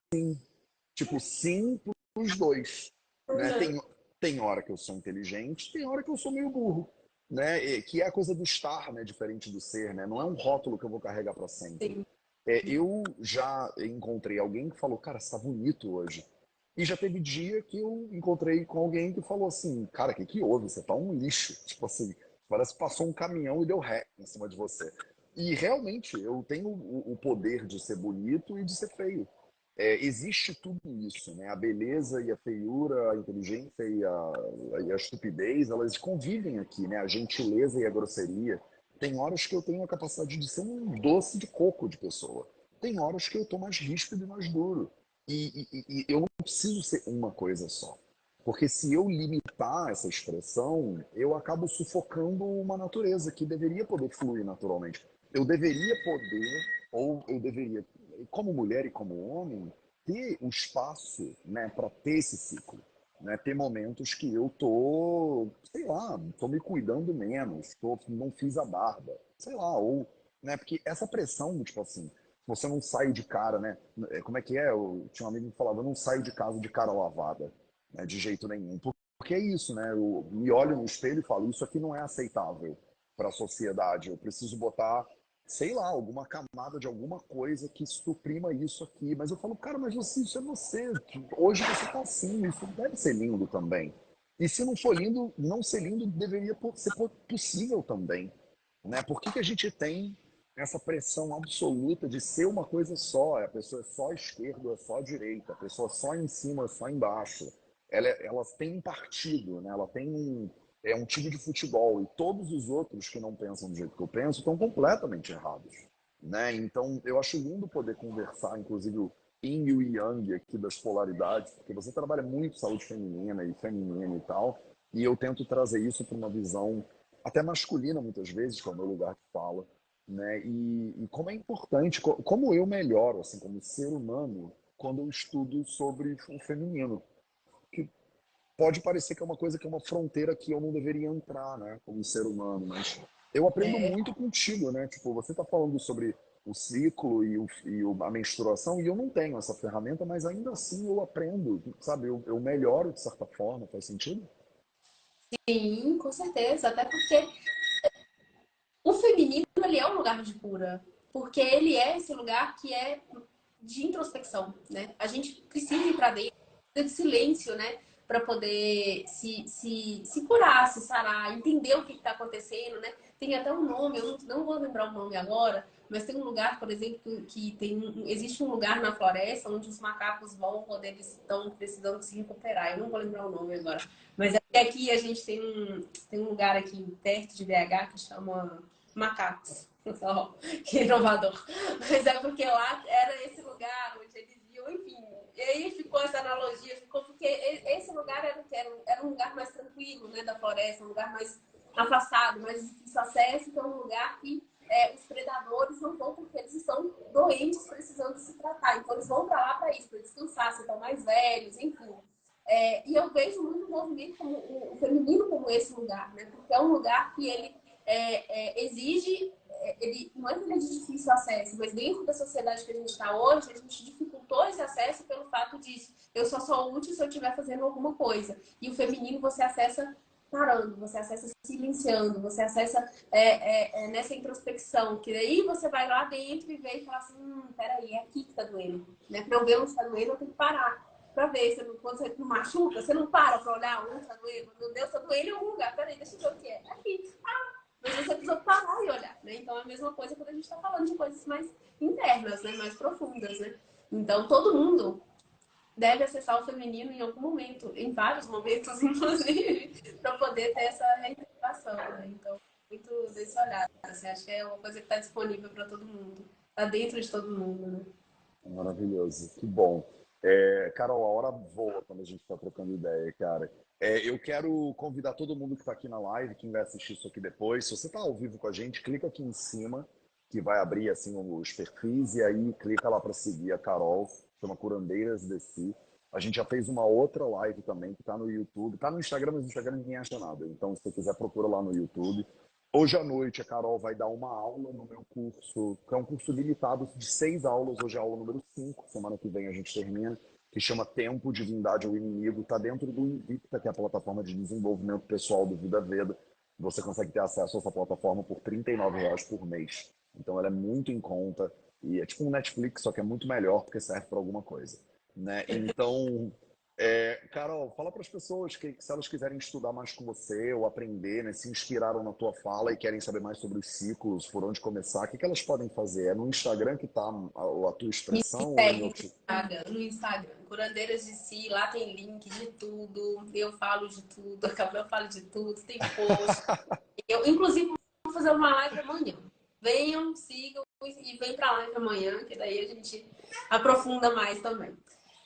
Speaker 3: tipo, sim pros dois, né?
Speaker 2: Uhum.
Speaker 3: Tem, tem hora que eu sou inteligente, tem hora que eu sou meio burro, né? E, que é a coisa do estar, né? Diferente do ser, né? Não é um rótulo que eu vou carregar para sempre.
Speaker 2: Sim.
Speaker 3: É, eu já encontrei alguém que falou, cara, você tá bonito hoje. E já teve dia que eu encontrei com alguém que falou assim, cara, o que que houve? Você tá um lixo. Tipo assim, parece que passou um caminhão e deu ré em cima de você. E realmente, eu tenho o, o poder de ser bonito e de ser feio. É, existe tudo isso, né? A beleza e a feiura, a inteligência e a, e a estupidez, elas convivem aqui, né? A gentileza e a grosseria. Tem horas que eu tenho a capacidade de ser um doce de coco de pessoa. Tem horas que eu tô mais ríspido e mais duro. E, e, e eu não preciso ser uma coisa só. Porque se eu limitar essa expressão, eu acabo sufocando uma natureza que deveria poder fluir naturalmente. Eu deveria poder, ou eu deveria, como mulher e como homem, ter o espaço, né, para ter esse ciclo. Né, ter momentos que eu tô, sei lá, tô me cuidando menos, tô, não fiz a barba, sei lá, ou, né, porque essa pressão, tipo assim, você não sai de cara, né, como é que é, eu tinha um amigo que falava, eu não saio de casa de cara lavada, né, de jeito nenhum, porque é isso, né, eu me olho no espelho e falo, isso aqui não é aceitável para a sociedade, eu preciso botar, sei lá, alguma camada de alguma coisa que suprima isso aqui. Mas eu falo, cara, mas você, isso é você. Hoje você tá assim, isso deve ser lindo também. E se não for lindo, não ser lindo deveria ser possível também. Né? Por que, que a gente tem essa pressão absoluta de ser uma coisa só? A pessoa é só esquerda, é só direita, a pessoa só em cima, só embaixo. Ela, elas têm um partido, né? Ela tem um, é um time de futebol e todos os outros que não pensam do jeito que eu penso estão completamente errados, né? Então eu acho lindo poder conversar, inclusive o yin e o yang aqui das polaridades, porque você trabalha muito saúde feminina e feminina e tal, e eu tento trazer isso para uma visão até masculina muitas vezes, que é o meu lugar de fala, né? E, e como é importante, como eu melhoro assim como ser humano quando eu estudo sobre o feminino, que pode parecer que é uma coisa que é uma fronteira que eu não deveria entrar, né, como ser humano, mas eu aprendo
Speaker 2: É,
Speaker 3: muito contigo, né? Tipo, você tá falando sobre o ciclo e, o, e o, a menstruação e eu não tenho essa ferramenta, mas ainda assim eu aprendo, sabe? Eu, eu melhoro de certa forma, faz sentido?
Speaker 2: sim, com certeza. Até porque o feminino, ele é um lugar de cura. Porque ele é esse lugar que é de introspecção, né? A gente precisa ir para dentro, de silêncio, né? Para poder se, se, se curar, se sarar, entender o que está acontecendo, né? Tem até um nome, eu não, não vou lembrar o nome agora, mas tem um lugar, por exemplo, que tem um, existe um lugar na floresta onde os macacos vão quando eles estão precisando se recuperar. Eu não vou lembrar o nome agora. Mas aqui a gente tem um, tem um lugar aqui perto de B H que chama Macacos. Só, que inovador. Mas é porque lá era esse lugar onde eles iam, enfim. E aí ficou essa analogia, ficou porque esse lugar era, era, era um lugar mais tranquilo, né, da floresta, um lugar mais afastado, mais difícil acesso, então um lugar que é, os são mais velhos, enfim. É, e eu vejo muito o movimento, como, o, o feminino como esse lugar, né? Porque é um lugar que ele é, é, exige, é, ele, não é que ele é de difícil acesso, mas dentro da sociedade que a gente está hoje, a gente dificultou esse acesso pelo fato disso. Eu só sou útil se eu estiver fazendo alguma coisa. E o feminino você acessa parando, você acessa silenciando, você acessa é, é, é, nessa introspecção, que daí você vai lá dentro e vê e fala assim, hum, peraí, é aqui que tá doendo. Né? Pra eu ver onde tá doendo, eu tenho que parar. Pra ver, você, quando você não machuca, você não para pra olhar onde tá doendo. Meu Deus, tá doendo em algum lugar. Peraí, deixa eu ver o que é. Aqui. Ah, mas você precisa parar e olhar, né? Então é a mesma coisa quando a gente tá falando de coisas mais internas, né? Mais profundas, né? Então todo mundo deve acessar o feminino em algum momento, em vários momentos, inclusive, para poder ter essa reintegração, né? Então, muito desse olhar. Assim, acho que é uma coisa que está disponível para todo mundo, está dentro de todo mundo, né?
Speaker 3: Maravilhoso, que bom. É, Carol, a hora voa quando a gente está trocando ideia, cara. É, eu quero convidar todo mundo que está aqui na live, quem vai assistir isso aqui depois. Se você está ao vivo com a gente, clica aqui em cima, que vai abrir assim os perfis, e aí clica lá para seguir a Carol, chama Curandeiras D C. A gente já fez uma outra live também, que está no YouTube. Está no Instagram, mas no Instagram ninguém acha nada. Então, se você quiser, procura lá no YouTube. Hoje à noite a Carol vai dar uma aula no meu curso, que é um curso limitado de seis aulas, hoje é a aula número cinco, semana que vem a gente termina, que chama Tempo, Divindade ou Inimigo, está dentro do Invicta, que é a plataforma de desenvolvimento pessoal do Vida Veda. Você consegue ter acesso a essa plataforma por trinta e nove reais por mês. Então ela é muito em conta e é tipo um Netflix, só que é muito melhor porque serve para alguma coisa, né? Então, é, Carol, fala para as pessoas que, que se elas quiserem estudar mais com você ou aprender, né, se inspiraram na tua fala e querem saber mais sobre os ciclos, por onde começar, o que, que elas podem fazer? É no Instagram que está a, a tua
Speaker 2: Me
Speaker 3: expressão ou em
Speaker 2: segue no
Speaker 3: outro?
Speaker 2: Instagram, no Instagram, Curandeiras de Si, lá tem link de tudo, eu falo de tudo, a Gabriel fala de tudo, tem post. Eu, inclusive, vou fazer uma live amanhã. Venham, sigam e vem pra live amanhã, que daí a gente aprofunda mais também.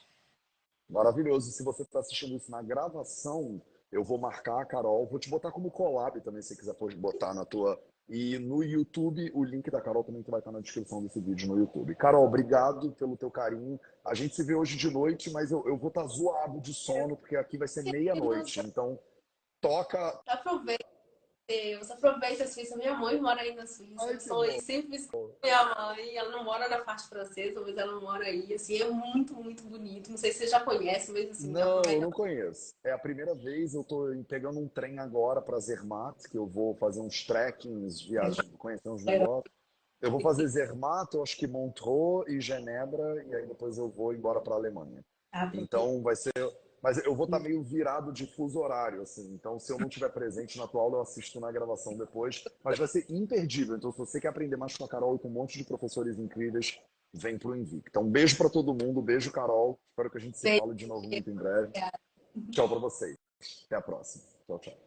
Speaker 3: Maravilhoso. Se você está assistindo isso na gravação, eu vou marcar a Carol, vou te botar como collab também, se você quiser pode botar na tua. E no YouTube, o link da Carol também que vai estar na descrição desse vídeo no YouTube. Carol, obrigado pelo teu carinho. A gente se vê hoje de noite, mas eu, eu vou estar zoado de sono, porque aqui vai ser meia-noite. Então, toca.
Speaker 2: Aproveita, Deus, aproveita a Suíça. Minha mãe mora aí na Suíça.
Speaker 3: Ai,
Speaker 2: Eu
Speaker 3: que
Speaker 2: sou aí
Speaker 3: bom.
Speaker 2: sempre com minha mãe. Ela não mora na parte francesa, mas ela mora aí. Assim, é muito, muito bonito. Não sei se você já conhece, mas assim,
Speaker 3: Não, eu
Speaker 2: aproveita.
Speaker 3: não conheço. É a primeira vez, eu tô pegando um trem agora para Zermatt, que eu vou fazer uns trekkings, viagem, conhecer uns negócios. Eu vou fazer Zermatt, eu acho que Montreux e Genebra, e aí depois eu vou embora para a Alemanha.
Speaker 2: Aproveita.
Speaker 3: Então vai ser. Mas eu vou estar meio virado de fuso horário, assim. Então, se eu não estiver presente na tua aula, eu assisto na gravação depois. Mas vai ser imperdível. Então, se você quer aprender mais com a Carol e com um monte de professores incríveis, vem pro Invicta. Então, um beijo para todo mundo. Beijo, Carol. Espero que a gente se fale de novo muito em breve. Tchau para vocês. Até a próxima. Tchau, tchau.